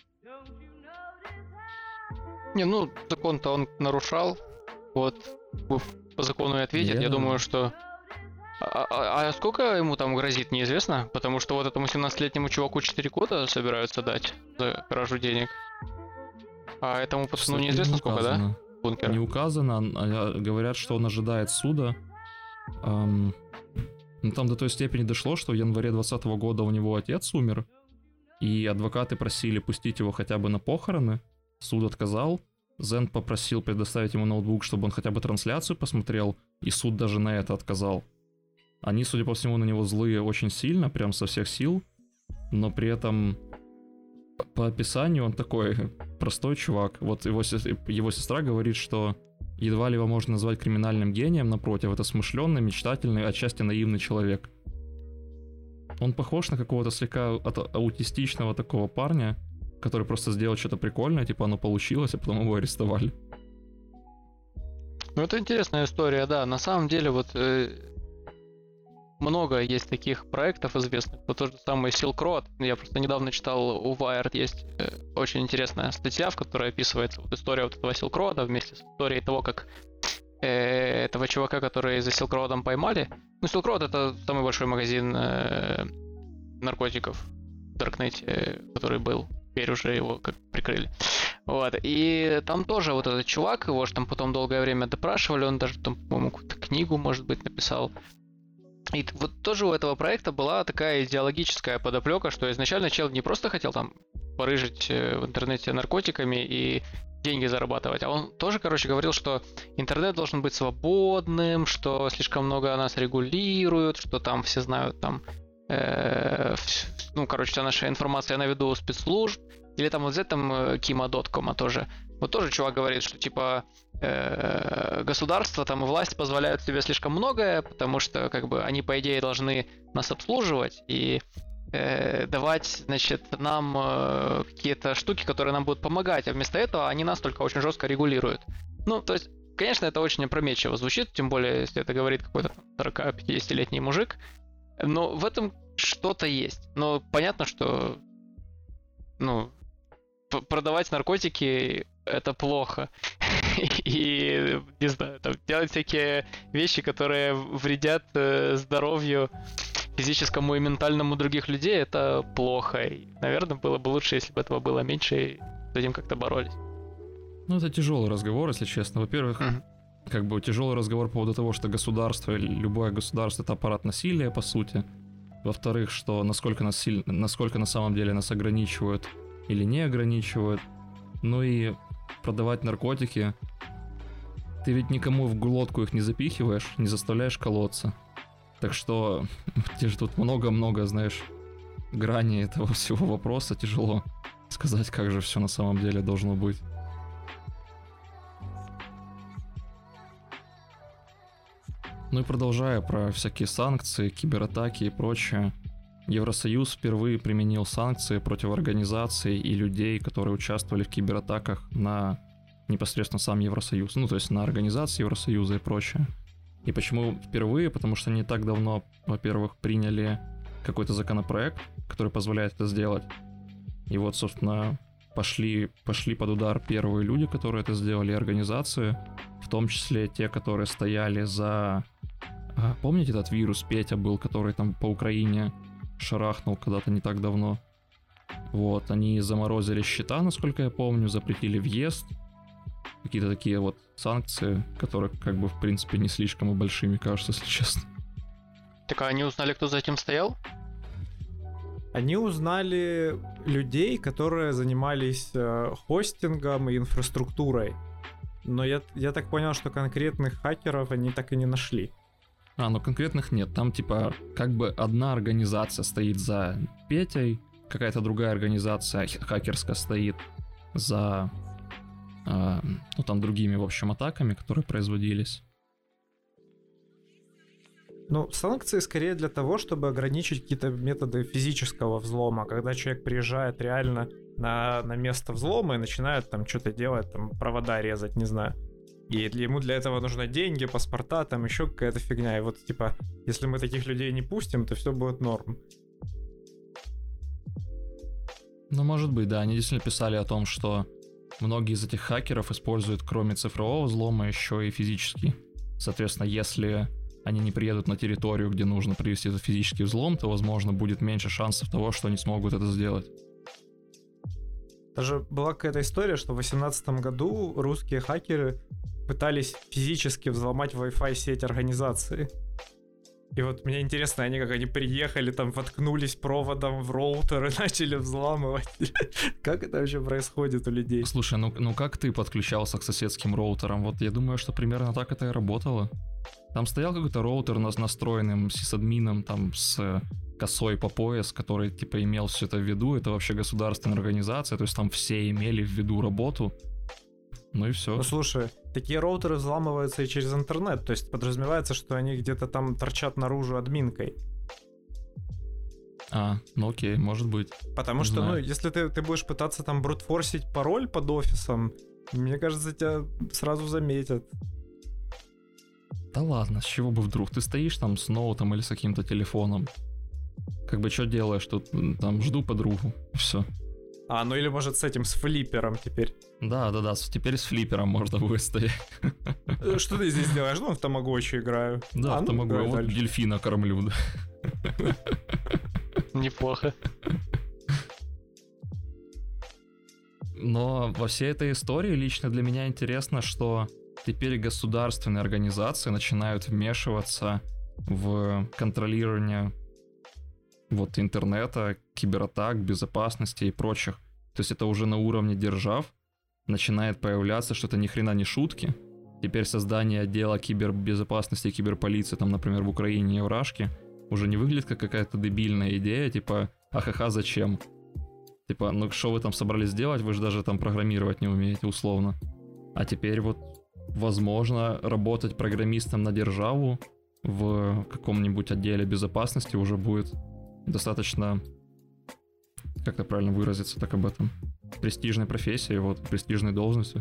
Не, ну, закон-то он нарушал, вот, по закону и ответит. Yeah. Я думаю, что... А, а, а сколько ему там грозит, неизвестно? Потому что вот этому семнадцатилетнему чуваку четыре года собираются дать за кражу денег. А этому пацану
Кстати,
неизвестно
не
сколько,
указано.
Да? Бункер.
Не указано, а говорят, что он ожидает суда. Эм, ну, там до той степени дошло, что в январе двадцатого года у него отец умер, и адвокаты просили пустить его хотя бы на похороны. Суд отказал. Зент попросил предоставить ему ноутбук, чтобы он хотя бы трансляцию посмотрел, и суд даже на это отказал. Они, судя по всему, на него злые очень сильно, прям со всех сил, но при этом по описанию он такой простой чувак. Вот его, его сестра говорит, что едва ли его можно назвать криминальным гением, напротив, это смышленый, мечтательный, отчасти наивный человек. Он похож на какого-то слегка аутистичного такого парня, который просто сделал что-то прикольное, типа оно получилось, а потом его арестовали.
Ну, это интересная история, да. На самом деле, вот э, много есть таких проектов известных. Вот тот же самый Silk Road. Я просто недавно читал, у Wired есть э, очень интересная статья, в которой описывается вот история вот этого Silk Road вместе с историей того, как э, этого чувака, который за Silk Road'ом поймали. Ну, Silk Road — это самый большой магазин э, наркотиков в Даркнете, э, который был. Теперь уже его как прикрыли. Вот, и там тоже вот этот чувак, его же там потом долгое время допрашивали, он даже там, по-моему, какую-то книгу, может быть, написал. И вот тоже у этого проекта была такая идеологическая подоплека, что изначально чел не просто хотел там порыжить в интернете наркотиками и деньги зарабатывать, а он тоже, короче, говорил, что интернет должен быть свободным, что слишком много нас регулируют, что там все знают там, э, ну, короче, вся наша информация на виду у спецслужб. Или там вот взять там Кима Доткома тоже. Вот тоже чувак говорит, что типа э, государство там и власть позволяют себе слишком многое, потому что как бы они по идее должны нас обслуживать и э, давать, значит, нам э, какие-то штуки, которые нам будут помогать, а вместо этого они нас только очень жестко регулируют. Ну, то есть, конечно, это очень опрометчиво звучит, тем более, если это говорит какой-то сорок-пятидесятилетний мужик, но в этом что-то есть. Но понятно, что ну, продавать наркотики — это плохо. И, не знаю, там, делать всякие вещи, которые вредят э, здоровью физическому и ментальному других людей, это плохо. И, наверное, было бы лучше, если бы этого было меньше, и с этим как-то боролись.
Ну, это тяжелый разговор, если честно. Во-первых, mm-hmm. как бы тяжелый разговор по поводу того, что государство, любое государство — это аппарат насилия, по сути. Во-вторых, что насколько, насиль... насколько на самом деле нас ограничивают или не ограничивают. Ну и продавать наркотики. Ты ведь никому в глотку их не запихиваешь, не заставляешь колоться. Так что тебе тут много-много, знаешь, граней этого всего вопроса. Тяжело сказать, как же все на самом деле должно быть. Ну и продолжая про всякие санкции, кибератаки и прочее. Евросоюз впервые применил санкции против организаций и людей, которые участвовали в кибератаках на непосредственно сам Евросоюз. Ну, то есть на организации Евросоюза и прочее. И почему впервые? Потому что не так давно, во-первых, приняли какой-то законопроект, который позволяет это сделать. И вот, собственно, пошли, пошли под удар первые люди, которые это сделали, организации, в том числе те, которые стояли за... А, помните этот вирус Петя был, который там по Украине шарахнул когда-то не так давно? Вот, они заморозили счета, насколько я помню, запретили въезд. Какие-то такие вот санкции, которые как бы в принципе не слишком и большими кажутся, если честно.
Так а они узнали, кто за этим стоял?
Они узнали людей, которые занимались э, хостингом и инфраструктурой. Но я, я так понял, что конкретных хакеров они так и не нашли.
А, ну конкретных нет. Там типа как бы одна организация стоит за Петей, какая-то другая организация хакерская стоит за, э, ну там другими, в общем, атаками, которые производились.
Ну, санкции скорее для того, чтобы ограничить какие-то методы физического взлома, когда человек приезжает реально на, на место взлома и начинает там что-то делать, там провода резать, не знаю. И для, ему для этого нужны деньги, паспорта, там еще какая-то фигня. И вот типа, если мы таких людей не пустим, то все будет норм.
Ну, может быть, да. Они действительно писали о том, что многие из этих хакеров используют, кроме цифрового взлома, еще и физический. Соответственно, если они не приедут на территорию, где нужно провести этот физический взлом, то, возможно, будет меньше шансов того, что они смогут это сделать.
Даже была какая-то история, что в две тысячи восемнадцатом году русские хакеры пытались физически взломать Wi-Fi сеть организации. И вот мне интересно, они как они приехали, там воткнулись проводом в роутер и начали взламывать. Как это вообще происходит у людей?
Слушай, ну, ну как ты подключался к соседским роутерам? Вот я думаю, что примерно так это и работало. Там стоял какой-то роутер с настроенным сисадмином, там с косой по пояс, который, типа, имел все это в виду. Это вообще государственная организация, то есть там все имели в виду работу. Ну и все.
Ну слушай, такие роутеры взламываются и через интернет, то есть подразумевается, что они где-то там торчат наружу админкой.
А, ну окей, может быть.
Потому
Не
что,
знаю.
ну, если ты, ты будешь пытаться там брутфорсить пароль под офисом, мне кажется, тебя сразу заметят.
Да ладно, с чего бы вдруг? Ты стоишь там с ноутом или с каким-то телефоном. Как бы что делаешь тут? Там жду подругу. Все.
А, ну или может с этим, с флиппером теперь.
Да, да, да. Теперь с флиппером можно будет стоять.
Э, Что ты здесь делаешь? Ну, в тамагочи играю.
Да,
А,
в
ну,
тамагочи.
давай
Вот
дальше.
дельфина кормлю. Да.
Неплохо.
Но во всей этой истории лично для меня интересно, что теперь государственные организации начинают вмешиваться в контролирование вот интернета, кибератак, безопасности и прочих. То есть это уже на уровне держав начинает появляться, что это ни хрена не шутки. Теперь создание отдела кибербезопасности и киберполиции, там, например, в Украине и в Рашке, уже не выглядит как какая-то дебильная идея, типа, ахаха, зачем? Типа, ну что вы там собрались делать, вы же даже там программировать не умеете, условно. А теперь вот, возможно, работать программистом на державу в каком-нибудь отделе безопасности уже будет достаточно, как это правильно выразиться так об этом, престижной профессией, вот, престижной должностью.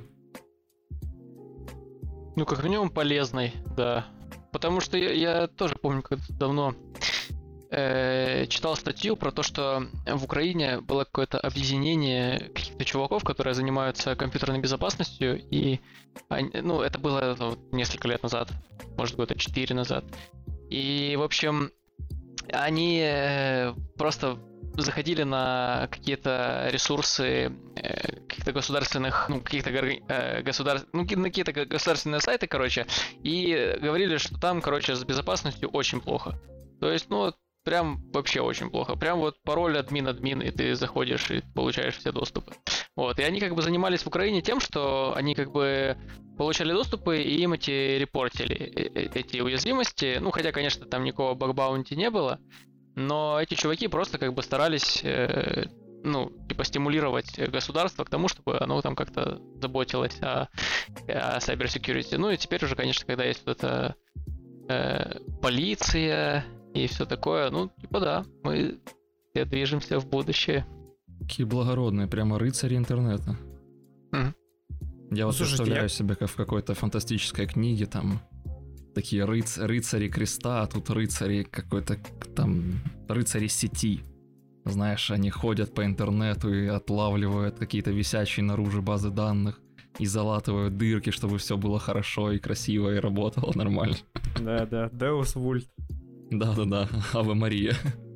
Ну, как минимум полезной, да. Потому что я, я тоже помню, когда давно э, читал статью про то, что в Украине было какое-то объединение каких-то чуваков, которые занимаются компьютерной безопасностью, и они, ну, это было ну, несколько лет назад, может, года четыре назад. И, в общем, они э, просто заходили на какие-то ресурсы э, каких-то государственных, ну, каких-то э, государств, ну, на какие-то государственные сайты, короче, и говорили, что там, короче, с безопасностью очень плохо. То есть, ну, вот прям вообще очень плохо. Прям вот пароль админ-админ, и ты заходишь и получаешь все доступы. Вот, и они как бы занимались в Украине тем, что они как бы получали доступы, и им эти репортили, эти уязвимости. Ну, хотя, конечно, там никакого баг-баунти не было, но эти чуваки просто как бы старались, э, ну, типа стимулировать государство к тому, чтобы оно там как-то заботилось о, о cyber security. Ну и теперь уже, конечно, когда есть вот эта э, полиция и все такое, ну, типа да, мы все движемся в будущее.
Какие благородные, прямо рыцари интернета.
Мгм.
Я вот
Слушайте,
представляю
я-
себя как в какой-то фантастической книге, там такие рыц... рыцари креста, а тут рыцари какой-то там рыцари сети. Знаешь, они ходят по интернету и отлавливают какие-то висящие наружу базы данных и залатывают дырки, чтобы все было хорошо и красиво и работало нормально.
Да-да, Deus Vult.
Да-да-да, Аве Мария.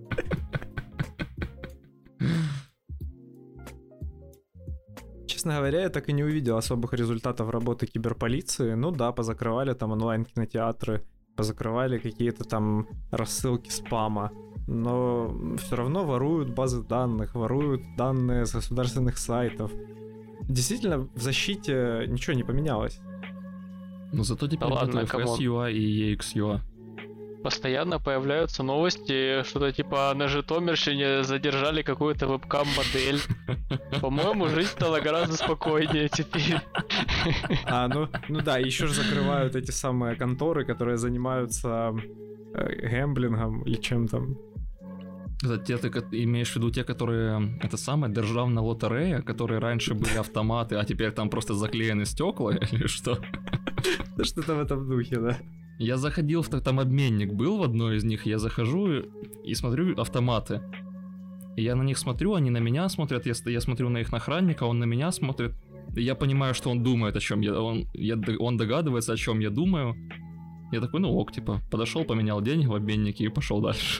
Честно говоря, я так и не увидел особых результатов работы киберполиции. Ну да, позакрывали там онлайн-кинотеатры, позакрывали какие-то там рассылки спама, но все равно воруют базы данных, воруют данные с государственных сайтов. Действительно, в защите ничего не поменялось.
Но зато теперь
Да ладно,
будет
камон.
эф эс ю эй и и экс ю эй.
Постоянно появляются новости, что-то типа на Житомирщине задержали какую-то вебкам-модель. По-моему, жизнь стала гораздо спокойнее теперь.
А, ну, ну да, еще же закрывают эти самые конторы, которые занимаются э, гэмблингом или чем там.
Это те, ты ко- имеешь в виду те, которые, это самое, державная лотерея, которые раньше были автоматы, а теперь там просто заклеены стекла или что?
Да что-то в этом духе, да.
Я заходил, в та- там обменник был в одной из них, я захожу и, и смотрю автоматы. И я на них смотрю, они на меня смотрят, я, ст- я смотрю на их охранника, он на меня смотрит. И я понимаю, что он думает, о чем я, он, я, д- он догадывается, о чем я думаю. Я такой, ну ок, типа, подошел, поменял деньги в обменнике и пошел дальше.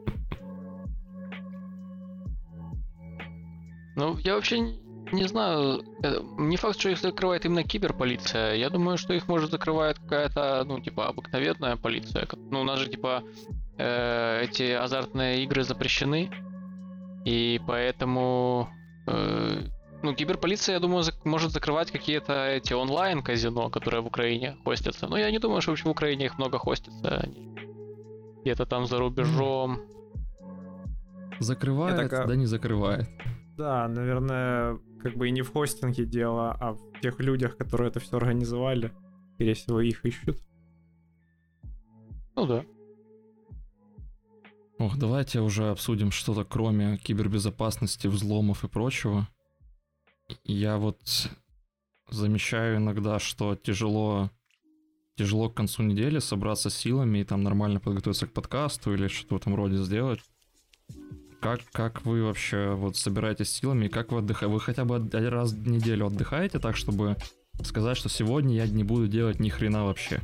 Ну, я вообще н- не знаю, э, не факт, что их закрывает именно киберполиция. Я думаю, что их, может, закрывает какая-то, ну, типа, обыкновенная полиция. Как- Ну, у нас же, типа, э, эти азартные игры запрещены, и поэтому, э, ну, киберполиция, я думаю, зак- может закрывать какие-то эти онлайн-казино, которые в Украине хостятся. Но я не думаю, что вообще в Украине их много хостится. Они где-то там за рубежом.
Закрывает,
такая...
да не закрывает.
Да, наверное, как бы и не в хостинге дело, а в тех людях, которые это все организовали. Скорее всего, их ищут.
Ну да.
Ох, давайте уже обсудим что-то кроме кибербезопасности, взломов и прочего. Я вот замечаю иногда, что тяжело, тяжело к концу недели собраться с силами и там нормально подготовиться к подкасту или что-то в этом роде сделать. Как, как вы вообще вот собираетесь с силами и как вы отдыхаете? Вы хотя бы один раз в неделю отдыхаете так, чтобы сказать, что сегодня я не буду делать ни хрена вообще?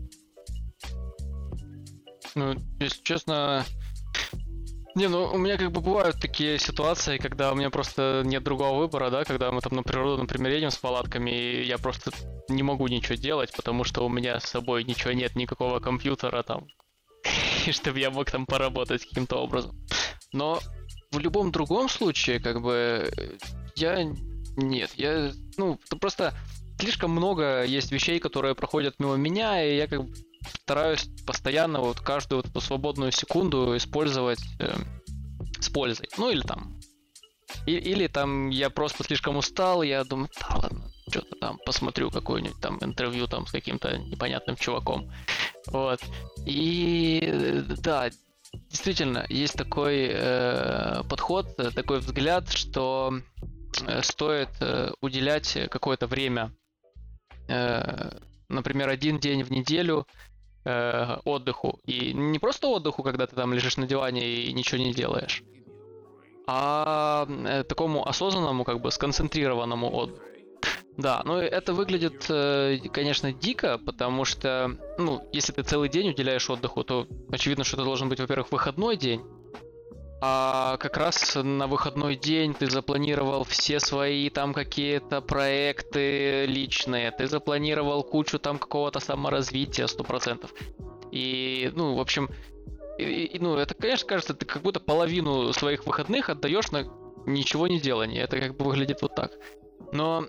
Ну, если честно... Не, ну у меня как бы бывают такие ситуации, когда у меня просто нет другого выбора, да, когда мы там на природу, например, едем с палатками, и я просто не могу ничего делать, потому что у меня с собой ничего нет, никакого компьютера там, чтобы я мог там поработать каким-то образом. Но в любом другом случае, как бы, я... Нет, я... Ну, просто слишком много есть вещей, которые проходят мимо меня, и я как бы стараюсь постоянно вот каждую вот эту свободную секунду использовать э, с пользой. Ну или там... И, или там я просто слишком устал, я думаю, да ладно, что-то там посмотрю какое-нибудь там интервью там с каким-то непонятным чуваком. Вот. И да, действительно, есть такой э, подход, такой взгляд, что э, стоит э, уделять какое-то время, э, например, один день в неделю э, отдыху. И не просто отдыху, когда ты там лежишь на диване и ничего не делаешь, а э, такому осознанному, как бы сконцентрированному отдыху. Да, но это выглядит, конечно, дико, потому что, ну, если ты целый день уделяешь отдыху, то очевидно, что это должен быть, во-первых, выходной день, а как раз на выходной день ты запланировал все свои там какие-то проекты личные, ты запланировал кучу там какого-то саморазвития сто процентов. И, ну, в общем, и, и, ну, это, конечно, кажется, ты как будто половину своих выходных отдаешь на ничего не делание. Это как бы выглядит вот так. Но...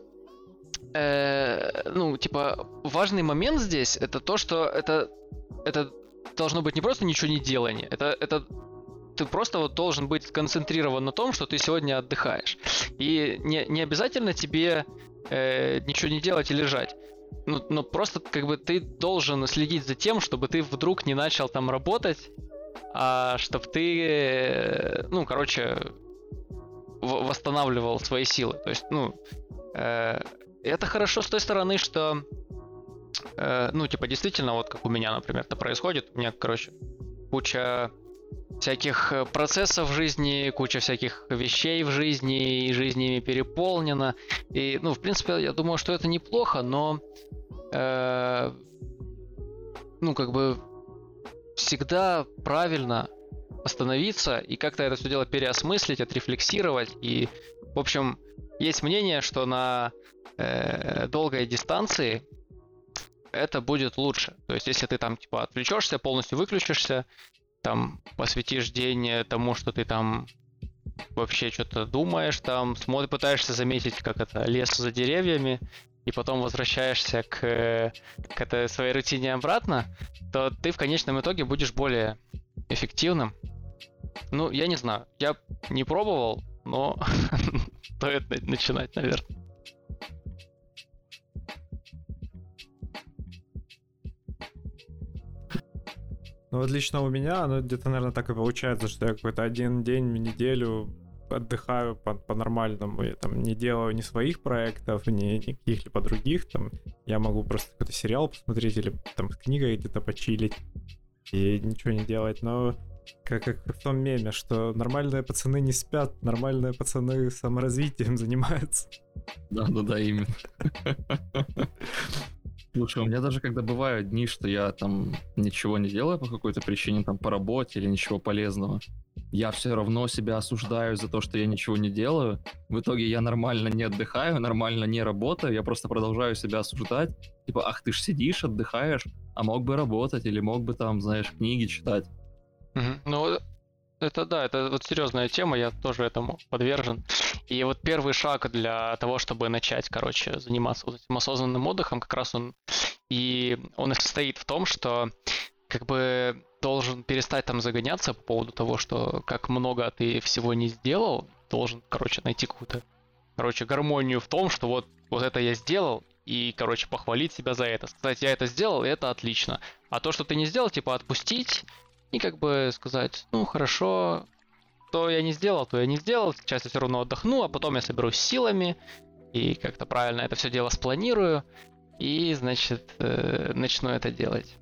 Э, ну, типа, важный момент здесь это то, что это, это должно быть не просто ничего не делание, это, это ты просто вот должен быть сконцентрирован на том, что ты сегодня отдыхаешь. И не, не обязательно тебе э, ничего не делать и лежать. Ну, но просто как бы ты должен следить за тем, чтобы ты вдруг не начал там работать, а чтобы ты, э, ну, короче, в- восстанавливал свои силы. То есть, ну... Э, Это хорошо с той стороны, что, э, ну, типа, действительно, вот как у меня, например, это происходит. У меня, короче, куча всяких процессов в жизни, куча всяких вещей в жизни, и жизнь ими переполнена. И, ну, в принципе, я думаю, что это неплохо, но, э, ну, как бы, всегда правильно остановиться и как-то это все дело переосмыслить, отрефлексировать. И, в общем, есть мнение, что на э, долгой дистанции это будет лучше. То есть, если ты там типа отвлечешься, полностью выключишься, там посвятишь день тому, что ты там вообще что-то думаешь, там смотришь, пытаешься заметить, как это лес за деревьями, и потом возвращаешься к, к этой своей рутине обратно, то ты в конечном итоге будешь более эффективным. Ну, я не знаю, я не пробовал, но стоит начинать, наверное.
Ну вот лично у меня, ну где-то, наверное, так и получается, что я какой-то один день в неделю отдыхаю по- по-нормальному. Я там не делаю ни своих проектов, ни, ни каких-либо других. Там я могу просто какой-то сериал посмотреть или там с книгой где-то почилить и ничего не делать. Но как, как в том меме, что нормальные пацаны не спят, нормальные пацаны саморазвитием занимаются.
Да-да-да, именно. Слушай, у меня даже когда бывают дни, что я там ничего не делаю по какой-то причине, там по работе или ничего полезного, я все равно себя осуждаю за то, что я ничего не делаю. В итоге я нормально не отдыхаю, нормально не работаю, я просто продолжаю себя осуждать. Типа, ах, ты ж сидишь, отдыхаешь, а мог бы работать или мог бы там, знаешь, книги читать.
Угу. Ну, это да, это вот серьезная тема, я тоже этому подвержен. И вот первый шаг для того, чтобы начать, короче, заниматься вот этим осознанным отдыхом, как раз он и он и состоит в том, что как бы должен перестать там загоняться по поводу того, что как много ты всего не сделал, должен, короче, найти какую-то, короче, гармонию в том, что вот, вот это я сделал, и, короче, похвалить себя за это. Сказать, я это сделал, и это отлично. А то, что ты не сделал, типа, отпустить и как бы сказать, ну, хорошо, то я не сделал, то я не сделал, сейчас я все равно отдохну, а потом я соберусь силами и как-то правильно это все дело спланирую, и, значит, э, начну это делать.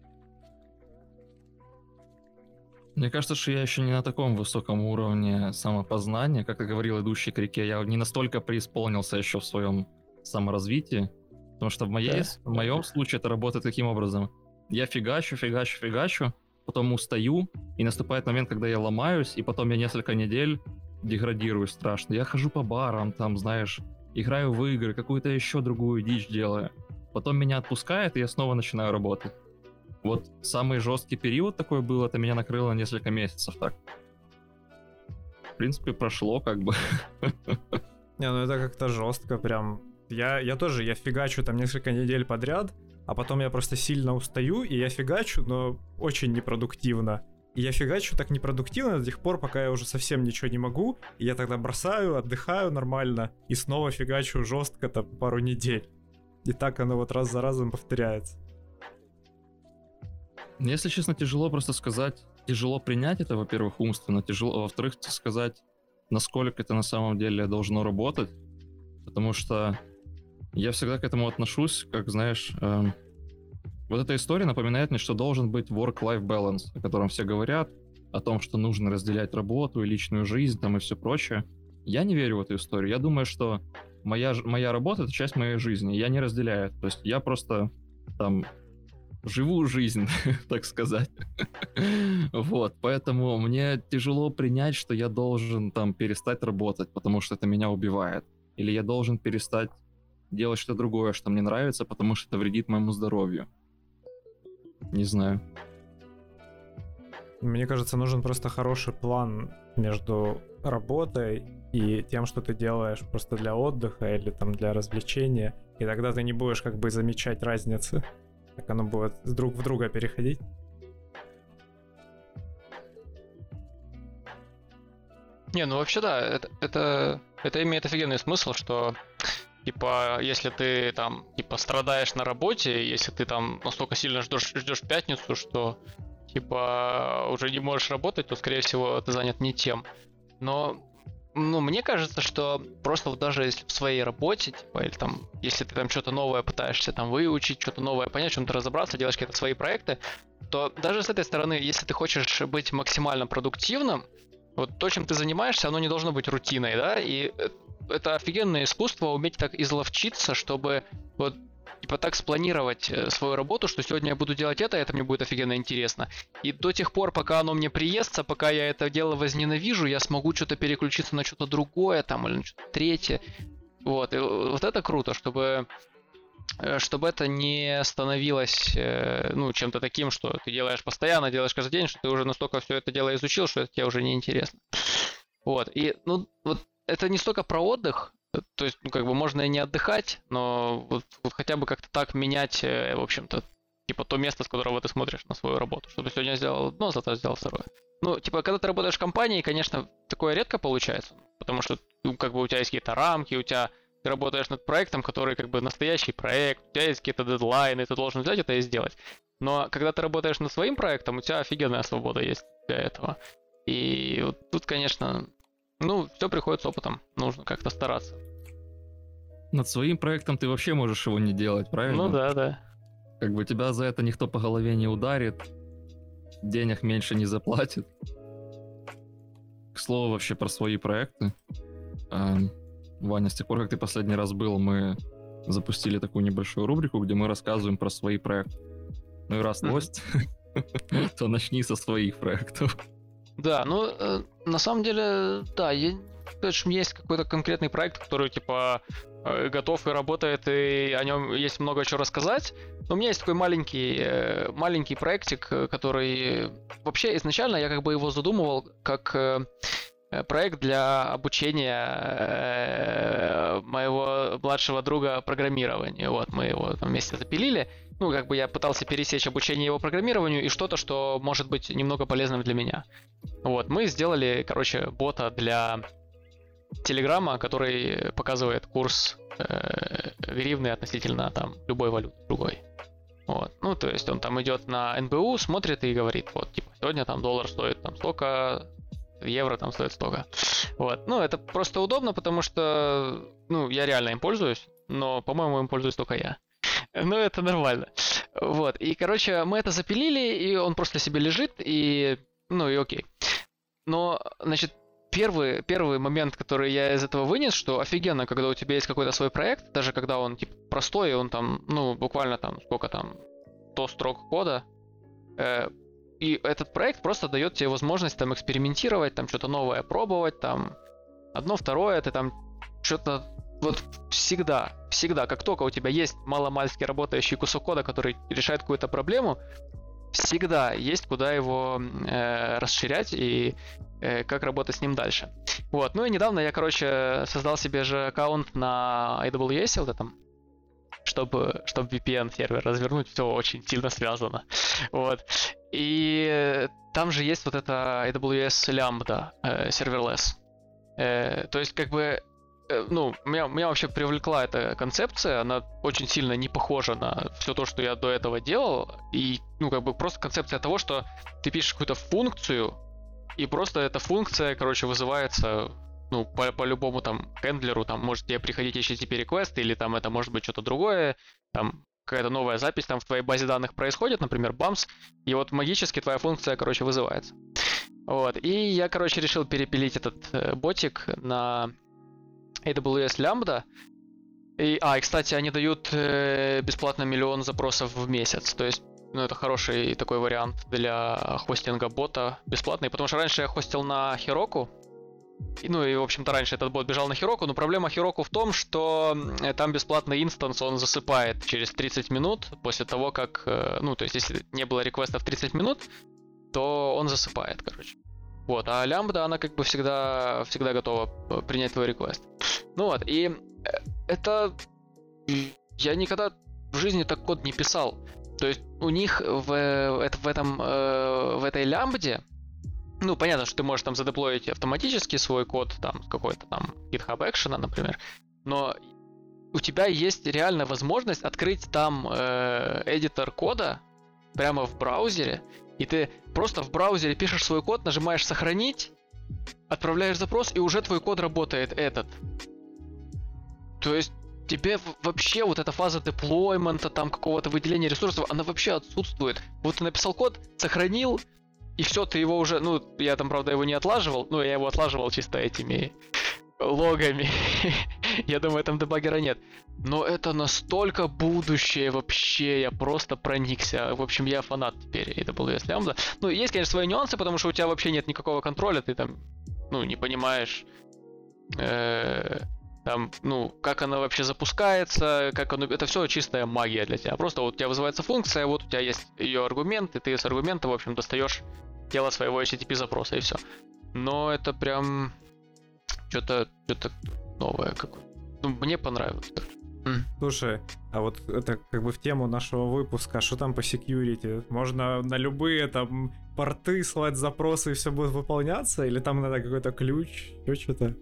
Мне кажется, что я еще не на таком высоком уровне самопознания, как ты говорил, идущий к реке. Я не настолько преисполнился еще в своем саморазвитии, потому что в, моей, да. в моем случае это работает таким образом. Я фигачу, фигачу, фигачу, потом устаю, и наступает момент, когда я ломаюсь, и потом я несколько недель деградирую страшно. Я хожу по барам, там, знаешь, играю в игры, какую-то еще другую дичь делаю. Потом меня отпускает, и я снова начинаю работать. Вот самый жесткий период такой был, это меня накрыло несколько месяцев так. В принципе, прошло как бы.
Не, ну это как-то жестко прям. Я, я тоже, я фигачу там несколько недель подряд, а потом я просто сильно устаю, и я фигачу, но очень непродуктивно. И я фигачу так непродуктивно до тех пор, пока я уже совсем ничего не могу, и я тогда бросаю, отдыхаю нормально, и снова фигачу жестко там пару недель. И так оно вот раз за разом повторяется.
Если честно, тяжело просто сказать, тяжело принять это, во-первых, умственно, тяжело, а во-вторых, сказать, насколько это на самом деле должно работать, потому что я всегда к этому отношусь, как, знаешь, эм, вот эта история напоминает мне, что должен быть work-life balance, о котором все говорят, о том, что нужно разделять работу и личную жизнь там и все прочее. Я не верю в эту историю, я думаю, что моя, моя работа — это часть моей жизни, я не разделяю, то есть я просто там... живу жизнь, так сказать. Вот, поэтому мне тяжело принять, что я должен там перестать работать, потому что это меня убивает. Или я должен перестать делать что-то другое, что мне нравится, потому что это вредит моему здоровью. Не знаю.
Мне кажется, нужен просто хороший план между работой и тем, что ты делаешь просто для отдыха или там для развлечения, и тогда ты не будешь как бы замечать разницы. Как оно будет друг в друга переходить.
Не, ну вообще да, это, это, это имеет офигенный смысл, что типа, если ты там, типа, страдаешь на работе, если ты там настолько сильно ждешь, ждешь пятницу, что типа уже не можешь работать, то, скорее всего, ты занят не тем. Но ну, мне кажется, что просто вот даже если в своей работе, типа, или там, если ты там что-то новое пытаешься там выучить, что-то новое понять, в чем-то разобраться, делаешь какие-то свои проекты, то даже с этой стороны, если ты хочешь быть максимально продуктивным, вот то, чем ты занимаешься, оно не должно быть рутиной, да, и это офигенное искусство уметь так изловчиться, чтобы вот типа так спланировать свою работу, что сегодня я буду делать это, это мне будет офигенно интересно. И до тех пор, пока оно мне приестся, пока я это дело возненавижу, я смогу что-то переключиться на что-то другое там или на что-то третье. Вот, и вот это круто, чтобы, чтобы это не становилось ну, чем-то таким, что ты делаешь постоянно, делаешь каждый день, что ты уже настолько все это дело изучил, что это тебе уже не интересно. Вот, и ну вот это не столько про отдых. То есть, ну, как бы можно и не отдыхать, но вот, вот хотя бы как-то так менять, в общем-то, типа то место, с которого ты смотришь на свою работу. Чтобы сегодня сделал одно, завтра сделал второе. Ну, типа, когда ты работаешь в компании, конечно, такое редко получается, потому что, ну, как бы у тебя есть какие-то рамки, у тебя ты работаешь над проектом, который как бы настоящий проект, у тебя есть какие-то дедлайны, ты должен взять это и сделать. Но когда ты работаешь над своим проектом, у тебя офигенная свобода есть для этого. И вот тут, конечно... Ну, все приходит с опытом. Нужно как-то стараться.
Над своим проектом ты вообще можешь его не делать, правильно?
Ну да, да.
Как бы тебя за это никто по голове не ударит, денег меньше не заплатит. К слову, вообще про свои проекты. Эм, Ваня, с тех пор, как ты последний раз был, мы запустили такую небольшую рубрику, где мы рассказываем про свои проекты. Ну и раз гость, то начни со своих проектов.
Да, ну, э, на самом деле, да, я, конечно, есть какой-то конкретный проект, который, типа, э, готов и работает, и о нем есть много чего рассказать. Но у меня есть такой маленький, э, маленький проектик, который... Вообще, изначально я как бы его задумывал как, э, проект для обучения моего младшего друга программированию. Вот, мы его там вместе запилили. Ну, как бы я пытался пересечь обучение его программированию и что-то, что может быть немного полезным для меня. Вот, мы сделали, короче, бота для Телеграма, который показывает курс э, гривны относительно там любой валюты другой. Вот. Ну, то есть он там идет на эн бэ у, смотрит и говорит, вот, типа, сегодня там доллар стоит там столько, евро там стоит столько. Вот. Ну, это просто удобно, потому что, ну, я реально им пользуюсь, но, по-моему, им пользуюсь только я. Ну, это нормально. Вот. И, короче, мы это запилили, и он просто себе лежит, и, ну, и окей. Но, значит, Первый, первый момент, который я из этого вынес, что офигенно, когда у тебя есть какой-то свой проект, даже когда он типа простой, он там, ну, буквально там, сколько там, сто строк кода, э, и этот проект просто дает тебе возможность там экспериментировать, там что-то новое пробовать, там, одно, второе, ты там что-то, вот всегда, всегда, как только у тебя есть маломальски работающий кусок кода, который решает какую-то проблему, всегда есть куда его э, расширять и э, как работать с ним дальше. Вот. Ну и недавно я, короче, создал себе же аккаунт на эй дабл ю эс, вот этом, чтобы, чтобы ви пи эн-сервер развернуть, все очень сильно связано. Вот. И там же есть вот это эй дабл ю эс Lambda, э, serverless. Э, то есть, как бы, ну, меня, меня вообще привлекла эта концепция, она очень сильно не похожа на все то, что я до этого делал, и, ну, как бы просто концепция того, что ты пишешь какую-то функцию, и просто эта функция, короче, вызывается, ну, по, по любому там хендлеру, там может тебе приходить эйч ти ти пи request, или там это может быть что-то другое, там какая-то новая запись там в твоей базе данных происходит, например, бамс, и вот магически твоя функция, короче, вызывается. Вот, и я, короче, решил перепилить этот э, ботик на эй дабл ю эс Lambda. И, а, и, кстати, они дают э, бесплатно миллион запросов в месяц. То есть, ну, это хороший такой вариант для хостинга бота бесплатный. Потому что раньше я хостил на Heroku. И, ну, и, в общем-то, раньше этот бот бежал на Heroku. Но проблема Heroku в том, что там бесплатный инстанс, он засыпает через тридцать минут после того, как... Э, ну, то есть, если не было реквеста в тридцать минут, то он засыпает, короче. Вот, а Lambda, она как бы всегда, всегда готова принять твой реквест. Ну вот, и это... Я никогда в жизни так код не писал. То есть у них в, в, этом, в этой Lambda, ну, понятно, что ты можешь там задеплоить автоматически свой код, там, какой-то там GitHub Action, например, но у тебя есть реально возможность открыть там э, эдитор кода прямо в браузере, и ты просто в браузере пишешь свой код, нажимаешь «Сохранить», отправляешь запрос, и уже твой код работает этот. То есть тебе вообще вот эта фаза деплоймента, там какого-то выделения ресурсов, она вообще отсутствует. Вот ты написал код, сохранил, и все, ты его уже... Ну, я там, правда, его не отлаживал, ну, я его отлаживал чисто этими логами. Я думаю, там дебаггера нет. Но это настолько будущее вообще, я просто проникся. В общем, я фанат теперь эй дабл ю эс Lambda. Ну, есть, конечно, свои нюансы, потому что у тебя вообще нет никакого контроля, ты там, ну, не понимаешь, э, там, ну, как она вообще запускается, как оно... Это все чистая магия для тебя. Просто вот у тебя вызывается функция, вот у тебя есть ее аргумент, и ты с аргумента, в общем, достаешь тело своего эйч ти ти пи запроса, и все. Но это прям что-то, что-то новое какое-то. Ну, мне понравилось.
Слушай, а вот это как бы в тему нашего выпуска, что там по security? Можно на любые там порты слать запросы и все будет выполняться? Или там надо какой-то ключ, еще что-то?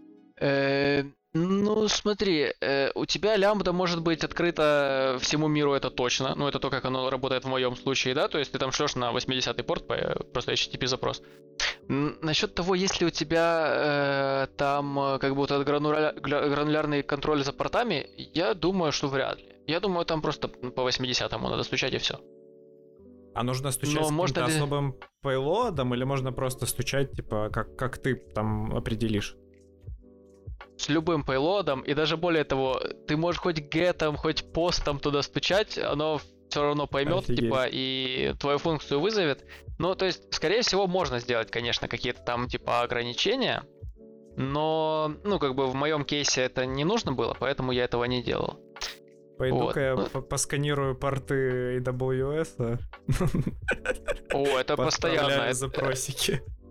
Ну, смотри, э, у тебя лямбда может быть открыта всему миру, это точно. Ну, это то, как оно работает в моем случае, да? То есть ты там шлешь на восьмидесятый порт, просто эйч ти ти пи запрос. Н- насчет того, если у тебя э, там как бы вот этот грануля- гранулярный контроль за портами, я думаю, что вряд ли. Я думаю, там просто по восьмидесятому надо стучать и все.
А нужно стучать
Но
с
можно
каким-то
ли...
особым пейлодом, или можно просто стучать, типа, как, как ты там определишь?
С любым пейлодом, и даже более того, ты можешь хоть гетом, хоть постом туда стучать, оно все равно поймет,
Офигеть.
типа, и твою функцию вызовет. Ну, то есть, скорее всего, можно сделать, конечно, какие-то там, типа, ограничения, но, ну, как бы в моем кейсе это не нужно было, поэтому я этого не делал.
Пойду-ка
Вот.
я
Ну...
по- посканирую порты эй дабл ю эс.
О, это постоянно.
Запросики.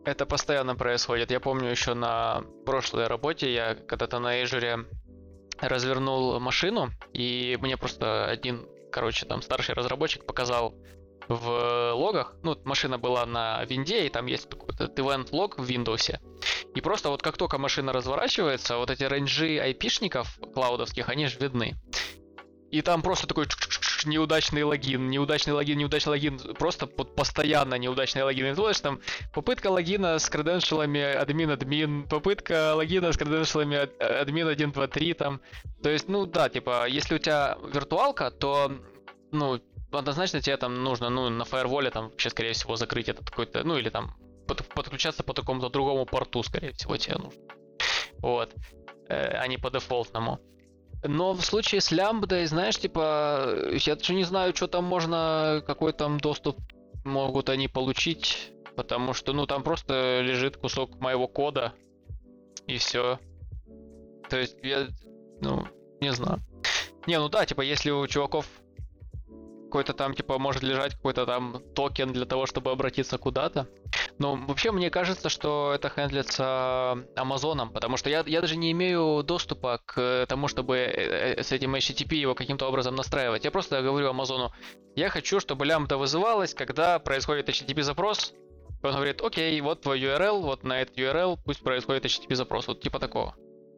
Это постоянно происходит. Я помню еще на прошлой работе, я когда-то на Azure развернул машину, и мне просто один, короче, там старший разработчик показал в логах, ну, машина была на винде, и там есть какой-то event лог в Windows, и просто вот как только машина разворачивается, вот эти рейнджи айпишников клаудовских, они же видны. И там просто такой неудачный логин, неудачный логин, неудачный логин, просто вот постоянно неудачный логин. И ты знаешь, там попытка логина с креденшалами админ-админ, попытка логина с креденшалами админ один, два, три там. То есть, ну да, типа, если у тебя виртуалка, то, ну, однозначно тебе там нужно, ну, на фаерволе там вообще, скорее всего, закрыть этот какой-то, ну, или там под, подключаться по такому-то другому порту, скорее всего, тебе нужно. Вот. Э, а не по дефолтному. Но в случае с лямбдой, знаешь, типа, я даже не знаю, что там можно, какой там доступ могут они получить, потому что, ну, там просто лежит кусок моего кода, и все. То есть, я, ну, не знаю. Не, ну да, типа, если у чуваков какой-то там, типа, может лежать какой-то там токен для того, чтобы обратиться куда-то. Но вообще мне кажется, что это хендлится Амазоном, потому что я, я даже не имею доступа к тому, чтобы с этим эйч ти ти пи его каким-то образом настраивать. Я просто говорю Амазону, я хочу, чтобы лямбда вызывалась, когда происходит эйч ти ти пи запрос. Он говорит, окей, вот твой ю ар эл, вот на этот ю ар эл пусть происходит эйч ти ти пи запрос. Вот типа такого.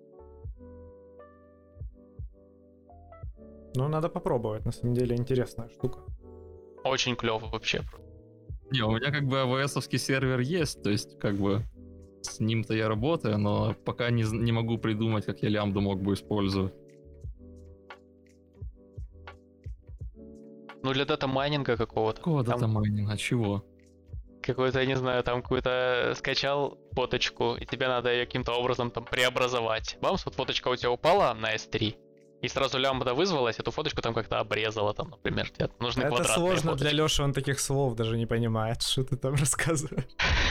Ну, надо попробовать, на самом деле интересная штука.
Очень клево вообще.
Не, у меня как бы эй ви эс-овский сервер есть, то есть как бы с ним-то я работаю, но пока не, не могу придумать, как я лямбду мог бы использовать.
Ну, для дата-майнинга какого-то.
Какого
Там
дата-майнинга? Чего?
Какой-то, я не знаю, там какую-то скачал фоточку, и тебе надо ее каким-то образом там преобразовать. Бамс, вот фоточка у тебя упала на эс три, и сразу лямбда вызвалась, эту фоточку там как-то обрезала, там, например, тебе нужны
Это
квадратные
сложно
фоточки.
для Лёши, он таких слов даже не понимает, что ты там рассказываешь.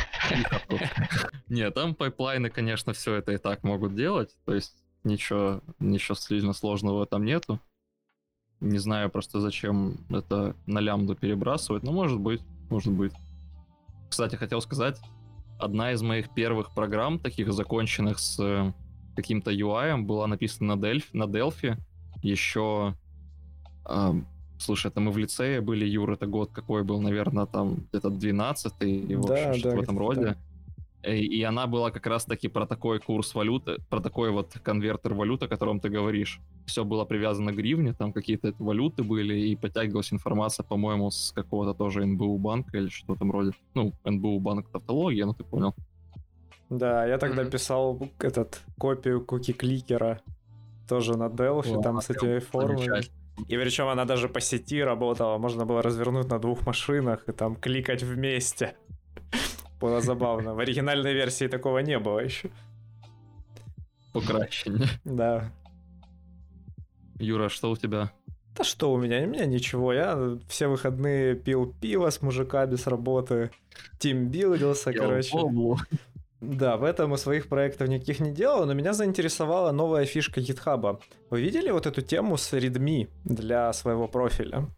Не, там пайплайны, конечно, все это и так могут делать, то есть ничего, ничего сильно сложного там нету. Не знаю просто, зачем это на лямбду перебрасывать, но может быть, может быть. Кстати, хотел сказать, одна из моих первых программ, таких законченных с каким-то ю ай, была написана на Delphi, на Delphi еще... Э, слушай, это мы в лицее были, Юр, это год какой был, наверное, там где-то двенадцатый, и в общем,
Да,
что-то
да,
в этом роде. И, и она была как раз-таки про такой курс валюты, про такой вот конвертер валют, о котором ты говоришь. Все было привязано к гривне, там какие-то валюты были, и подтягивалась информация, по-моему, с какого-то тоже эн бэ у банка или что-то в этом роде. Ну, эн бэ у банк тавтология, ну ты понял.
Да, я тогда
Мгм.
писал этот копию куки-кликера тоже на Delphi,
О,
там с этими формами.
замечательно.
И причем она даже по сети работала, можно было развернуть на двух машинах и там кликать вместе. Было забавно. В оригинальной версии такого не было еще.
Покращение.
Да.
Юра, что у тебя?
Да что у меня? У меня ничего. Я все выходные пил пиво с мужиками с работы. Тимбилдился, короче. Да, в этом и своих проектов никаких не делал, но меня заинтересовала новая фишка GitHub. Вы видели вот эту тему с readme для своего профиля?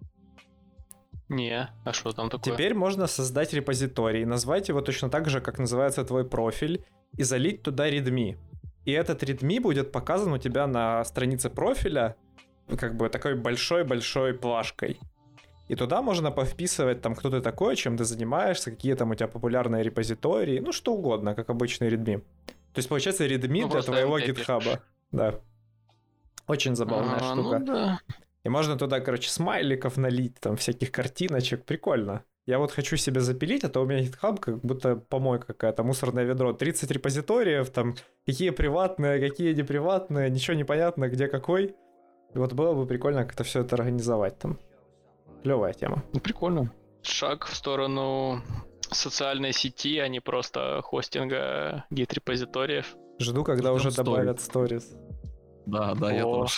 Не, а что там такое?
Теперь можно создать репозиторий, назвать его точно так же, как называется твой профиль, и залить туда readme. И этот readme будет показан у тебя на странице профиля как бы такой большой-большой плашкой. И туда можно повписывать там, кто ты такой, чем ты занимаешься, какие там у тебя популярные репозитории, ну что угодно, как обычный readme. То есть получается readme
Ну,
для твоего
эм ди
GitHub. Да. Очень забавная
А,
штука.
ну да.
И можно туда, короче, смайликов налить, там всяких картиночек, прикольно. Я вот хочу себе запилить, а то у меня GitHub как будто помойка какая-то, мусорное ведро. тридцать репозиториев, там какие приватные, какие не приватные, ничего не понятно, где какой. И вот было бы прикольно как-то все это организовать там. Клевая тема.
Ну, прикольно. Шаг в сторону социальной сети, а не просто хостинга гит-репозиториев.
Жду, когда
Ждём
уже
stories.
добавят сторис.
Да, да, я
О.
тоже.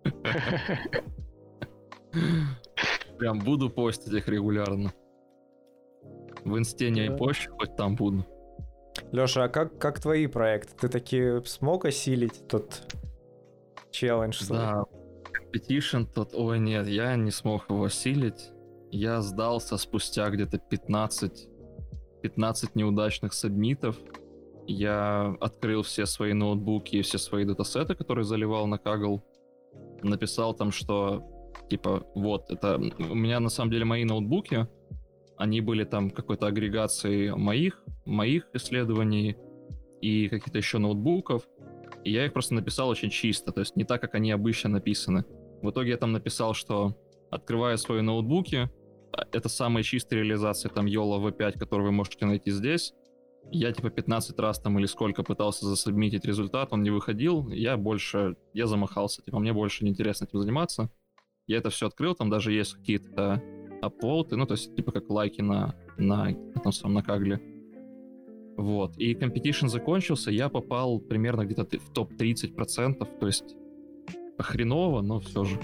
Прям буду постить их регулярно. В инсте не
Да.
пощу, хоть там буду.
Лёша, а как, как твои проекты? Ты таки смог осилить тот челлендж? свой?
Да, Competition тот, ой, нет, я не смог его осилить. Я сдался спустя где-то пятнадцать пятнадцать неудачных сабмитов. Я открыл все свои ноутбуки и все свои датасеты, которые заливал на Kaggle. Написал там, что типа вот, это у меня на самом деле мои ноутбуки, они были там какой-то агрегацией моих, моих исследований и каких-то еще ноутбуков. И я их просто написал очень чисто, то есть не так, как они обычно написаны. В итоге я там написал, что открывая свои ноутбуки, это самая чистая реализация там йола ви пять, которую вы можете найти здесь. Я типа пятнадцать раз там или сколько пытался засубмитить результат, он не выходил, я больше, я замахался, типа мне больше не интересно этим заниматься. Я это все открыл, там даже есть какие-то апвоуты, ну то есть типа как лайки на, на, на том самом на Кагле. Вот, и competition закончился, я попал примерно где-то в топ тридцать процентов, то есть хреново, но все же.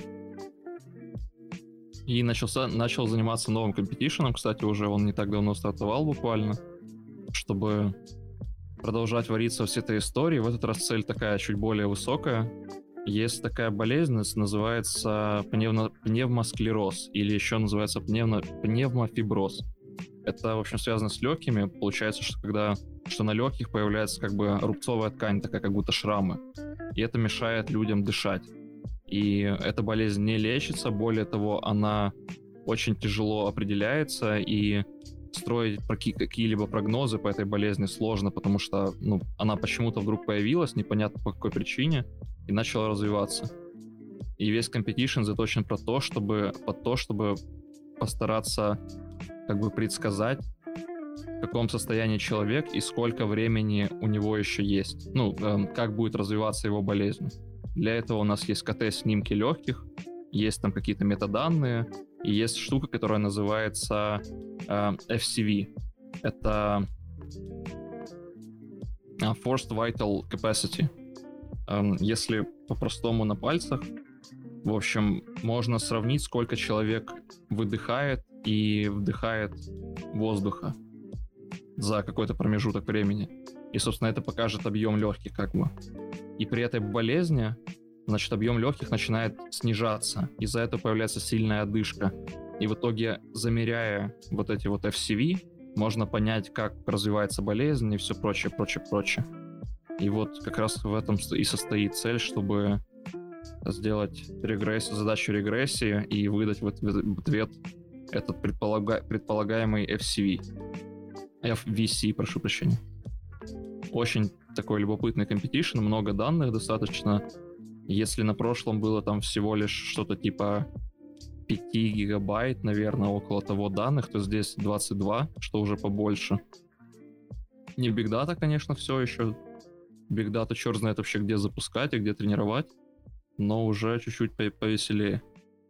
И начался, начал заниматься новым компетишеном, кстати, уже он не так давно стартовал буквально, чтобы продолжать вариться в всей этой истории. В этот раз цель такая чуть более высокая. Есть такая болезнь, называется пневмо, пневмосклероз, или еще называется пневмо, пневмофиброз. Это, в общем, связано с легкими. Получается, что когда что на легких появляется как бы рубцовая ткань, такая как будто шрамы. И это мешает людям дышать. И эта болезнь не лечится, более того, она очень тяжело определяется, и строить какие-либо прогнозы по этой болезни сложно, потому что ну, она почему-то вдруг появилась, непонятно по какой причине, и начала развиваться. И весь competition заточен про то, чтобы, под то, чтобы постараться как бы предсказать, в каком состоянии человек и сколько времени у него еще есть. Ну, эм, как будет развиваться его болезнь. Для этого у нас есть КТ-снимки легких, есть там какие-то метаданные, и есть штука, которая называется э, эф си ви. Это э, Forced Vital Capacity. Э, если по-простому на пальцах, в общем, можно сравнить, сколько человек выдыхает и вдыхает воздуха за какой-то промежуток времени. И, собственно, это покажет объем легких как бы. И при этой болезни, значит, объем легких начинает снижаться. Из-за этого появляется сильная одышка. И в итоге, замеряя вот эти вот эф си ви, можно понять, как развивается болезнь и все прочее, прочее, прочее. И вот как раз в этом и состоит цель, чтобы сделать регрессию, задачу регрессии и выдать в ответ этот предполага... предполагаемый эф си ви. эф ви си, прошу прощения. Очень такой любопытный компетишн, много данных достаточно. Если на прошлом было там всего лишь что-то типа пять гигабайт, наверное, около того данных, то здесь двадцать два, что уже побольше. Не Big Data, конечно, все еще. Big Data черт знает вообще, где запускать и где тренировать, но уже чуть-чуть повеселее.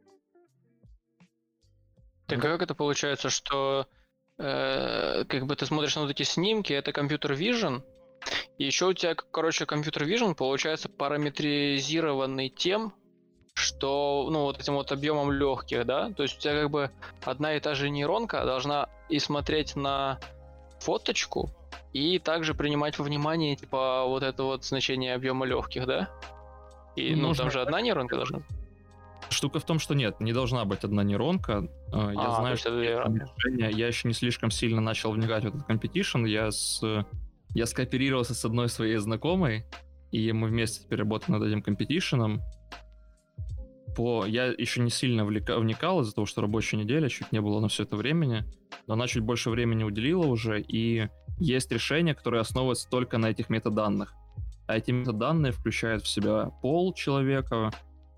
Так а как это получается, что э, как бы ты смотришь на вот эти снимки, это компьютер vision, и еще у тебя, короче, компьютер vision получается параметризированный тем, что, ну, вот этим вот объемом легких, да? То есть у тебя как бы одна и та же нейронка должна и смотреть на фоточку, и также принимать во внимание, типа, вот это вот значение объема легких, да? И, ну,
Можно...
там же одна нейронка должна.
Штука в том, что нет, не должна быть одна нейронка. Я
а,
знаю, что решение, я еще не слишком сильно начал вникать в этот компетишн. Я, с... я скооперировался с одной своей знакомой, и мы вместе теперь работаем над этим компетишном. По... Я еще не сильно влека... вникал из-за того, что рабочая неделя, чуть не было на все это времени, но она чуть больше времени уделила уже, и есть решение, которое основывается только на этих метаданных. А эти метаданные включают в себя пол человека,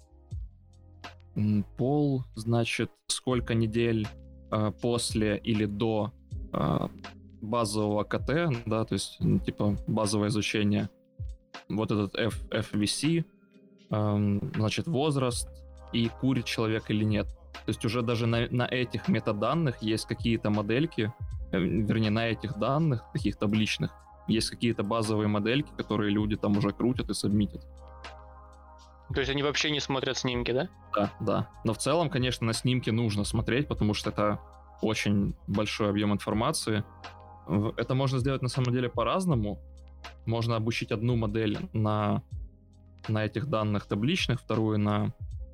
пол, значит, сколько недель э, после или до э, базового КТ, да, то есть, ну, типа, базовое изучение, вот этот F, эф ви си, э, значит, возраст и курит человек или нет. То есть уже даже на, на этих метаданных есть какие-то модельки, э, вернее, на этих данных, таких табличных, есть какие-то базовые модельки, которые люди там уже крутят и сабмитят.
То есть они вообще не смотрят снимки, да?
Да, да. Но в целом, конечно, на снимки нужно смотреть, потому что это очень большой объем информации. Это можно сделать на самом деле по-разному. Можно обучить одну модель на, на этих данных табличных, вторую на,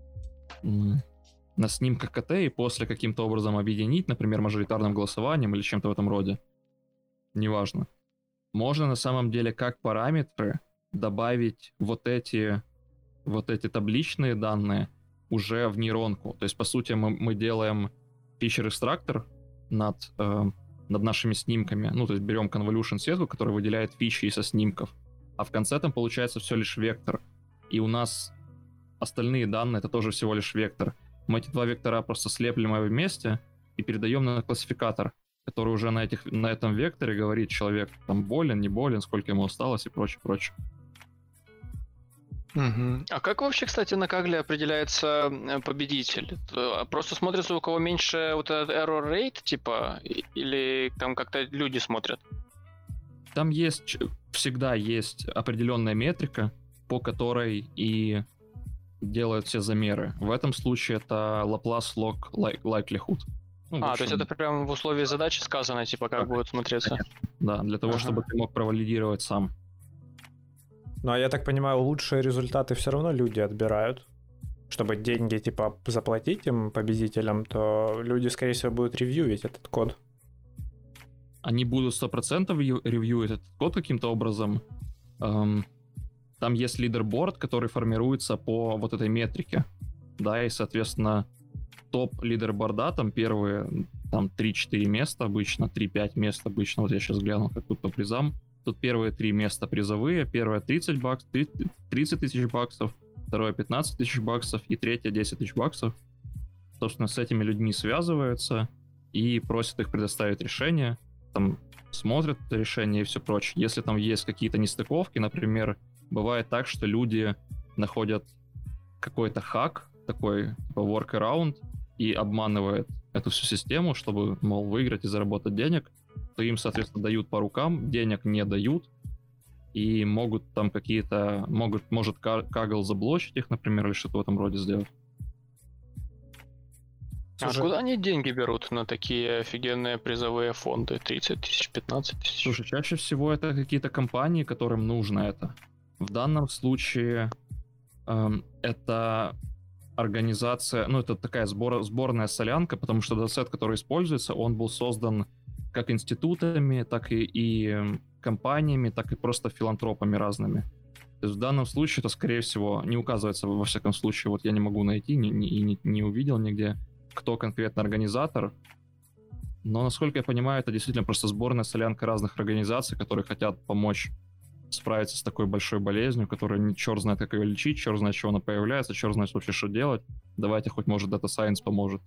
на снимках КТ, и после каким-то образом объединить, например, мажоритарным голосованием или чем-то в этом роде. неважно. Можно на самом деле как параметры добавить вот эти, вот эти табличные данные уже в нейронку. То есть, по сути, мы, мы делаем фичер-экстрактор над, э, над нашими снимками. Ну, то есть берем convolution сетку, которая выделяет фичи со снимков. А в конце там получается все лишь вектор. И у нас остальные данные — это тоже всего лишь вектор. Мы эти два вектора просто слеплем вместе и передаем на классификатор, который уже на, этих, на этом векторе говорит, человек там болен, не болен, сколько ему осталось и прочее, прочее.
Угу. А как вообще, кстати, на Kaggle определяется победитель? Просто смотрится, у кого меньше вот этот error rate, типа, или там как-то люди смотрят?
Там есть, всегда есть определенная метрика, по которой и делают все замеры. В этом случае это Laplace log likelihood. Ну,
а,
общем,
то есть это прям в условии задачи сказано, типа, как так, будет смотреться?
Да, для того, ага. чтобы ты мог провалидировать сам.
Ну, а я так понимаю, лучшие результаты все равно люди отбирают. Чтобы деньги, типа, заплатить им, победителям, то люди, скорее всего, будут ревьюить этот код.
Они будут сто процентов ревьюить этот код каким-то образом. Эм, там есть лидерборд, который формируется по вот этой метрике. Да, и, соответственно, топ лидерборда, там первые там три-четыре места обычно, три-пять мест обычно. Вот я сейчас глянул, как тут по призам. Тут первые три места призовые, первое тридцать баксов, тридцать тысяч баксов, второе пятнадцать тысяч баксов и третье десять тысяч баксов. Собственно, с этими людьми связываются и просят их предоставить решение, там смотрят это решение и все прочее. Если там есть какие-то нестыковки, например, бывает так, что люди находят какой-то хак, такой типа workaround, и обманывают эту всю систему, чтобы, мол, выиграть и заработать денег, то им, соответственно, дают по рукам, денег не дают, и могут там какие-то, могут, может Kaggle заблочить их, например, или что-то в этом роде сделать.
А Слушай, куда они деньги берут на такие офигенные призовые фонды? тридцать тысяч, пятнадцать тысяч?
Слушай, чаще всего это какие-то компании, которым нужно это. В данном случае эм, это организация, ну, это такая сбор, сборная солянка, потому что датасет, который используется, он был создан как институтами, так и, и компаниями, так и просто филантропами разными. То есть в данном случае это, скорее всего, не указывается, во всяком случае, вот я не могу найти ни, ни, и не, не увидел нигде, кто конкретно организатор, но, насколько я понимаю, это действительно просто сборная солянка разных организаций, которые хотят помочь справиться с такой большой болезнью, которая не черт знает, как ее лечить, черт знает, чего она появляется, черт знает вообще, что делать. Давайте хоть, может, Data Science поможет.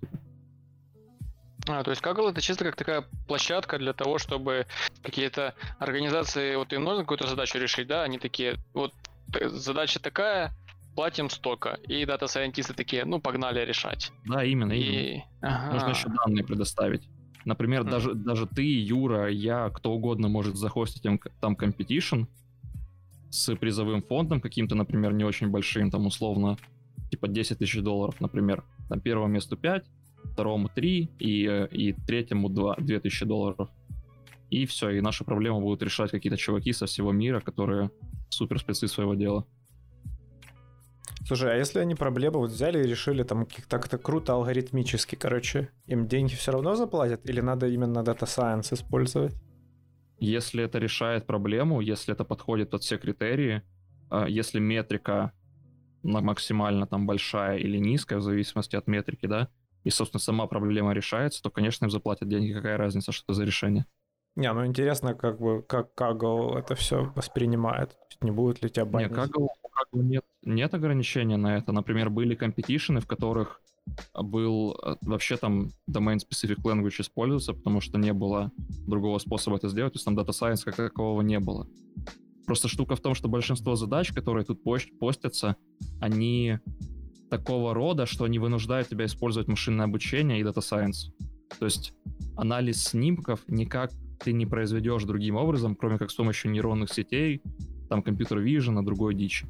А, то есть Kaggle — это чисто как такая площадка для того, чтобы какие-то организации, вот им нужно какую-то задачу решить, да, они такие, вот задача такая, платим столько, и дата-сайентисты такие, ну, погнали решать.
Да, именно,
и...
именно.
Ага.
Нужно еще данные предоставить. Например, mm. даже, даже ты, Юра, я, кто угодно может захостить там competition с призовым фондом каким-то, например, не очень большим, там условно, типа десять тысяч долларов, например. Там первому месту пять, второму три и, и третьему два тысячи долларов. И все, и наши проблемы будут решать какие-то чуваки со всего мира, которые супер спецы своего дела.
Слушай, а если они проблему вот взяли и решили там так-то круто алгоритмически, короче, им деньги все равно заплатят или надо именно Data Science использовать?
Если это решает проблему, если это подходит под все критерии, если метрика максимально там большая или низкая, в зависимости от метрики, да, и, собственно, сама проблема решается, то, конечно, им заплатят деньги, какая разница, что это за решение.
Не, ну интересно, как бы, как Kaggle это все воспринимает. Не будет ли тебя банить?
Не, Kaggle, Kaggle нет, нет ограничения на это. Например, были компетишены, в которых был вообще там domain-specific language использоваться, потому что не было другого способа это сделать, то есть там Data Science как такового не было. Просто штука в том, что большинство задач, которые тут постятся, они такого рода, что они вынуждают тебя использовать машинное обучение и Data Science. То есть анализ снимков никак ты не произведешь другим образом, кроме как с помощью нейронных сетей, там компьютер vision, а другой дичи.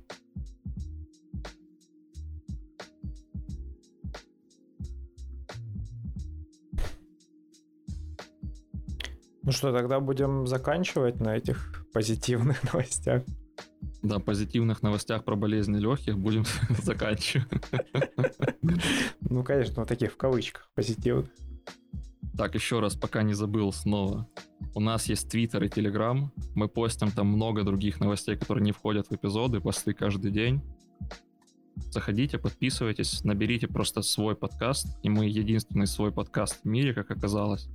Ну что, тогда будем заканчивать на этих позитивных новостях.
Да, позитивных новостях про болезни легких будем заканчивать.
Ну, конечно, вот таких в кавычках позитивных.
Так, еще раз, пока не забыл снова. У нас есть Твиттер и Телеграм. Мы постим там много других новостей, которые не входят в эпизоды, посты каждый день. Заходите, подписывайтесь, наберите просто свой подкаст. И мы единственный свой подкаст в мире, как оказалось.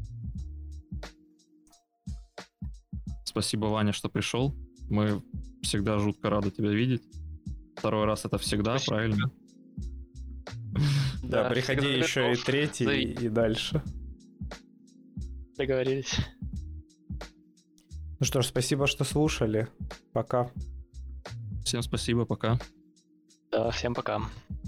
Спасибо, Ваня, что пришел. Мы всегда жутко рады тебя видеть. Второй раз это всегда, Спасибо. Правильно?
Да, приходи еще и третий, и, и дальше.
Договорились.
Ну что ж, спасибо, что слушали. Пока.
Всем спасибо, пока.
Да, всем пока.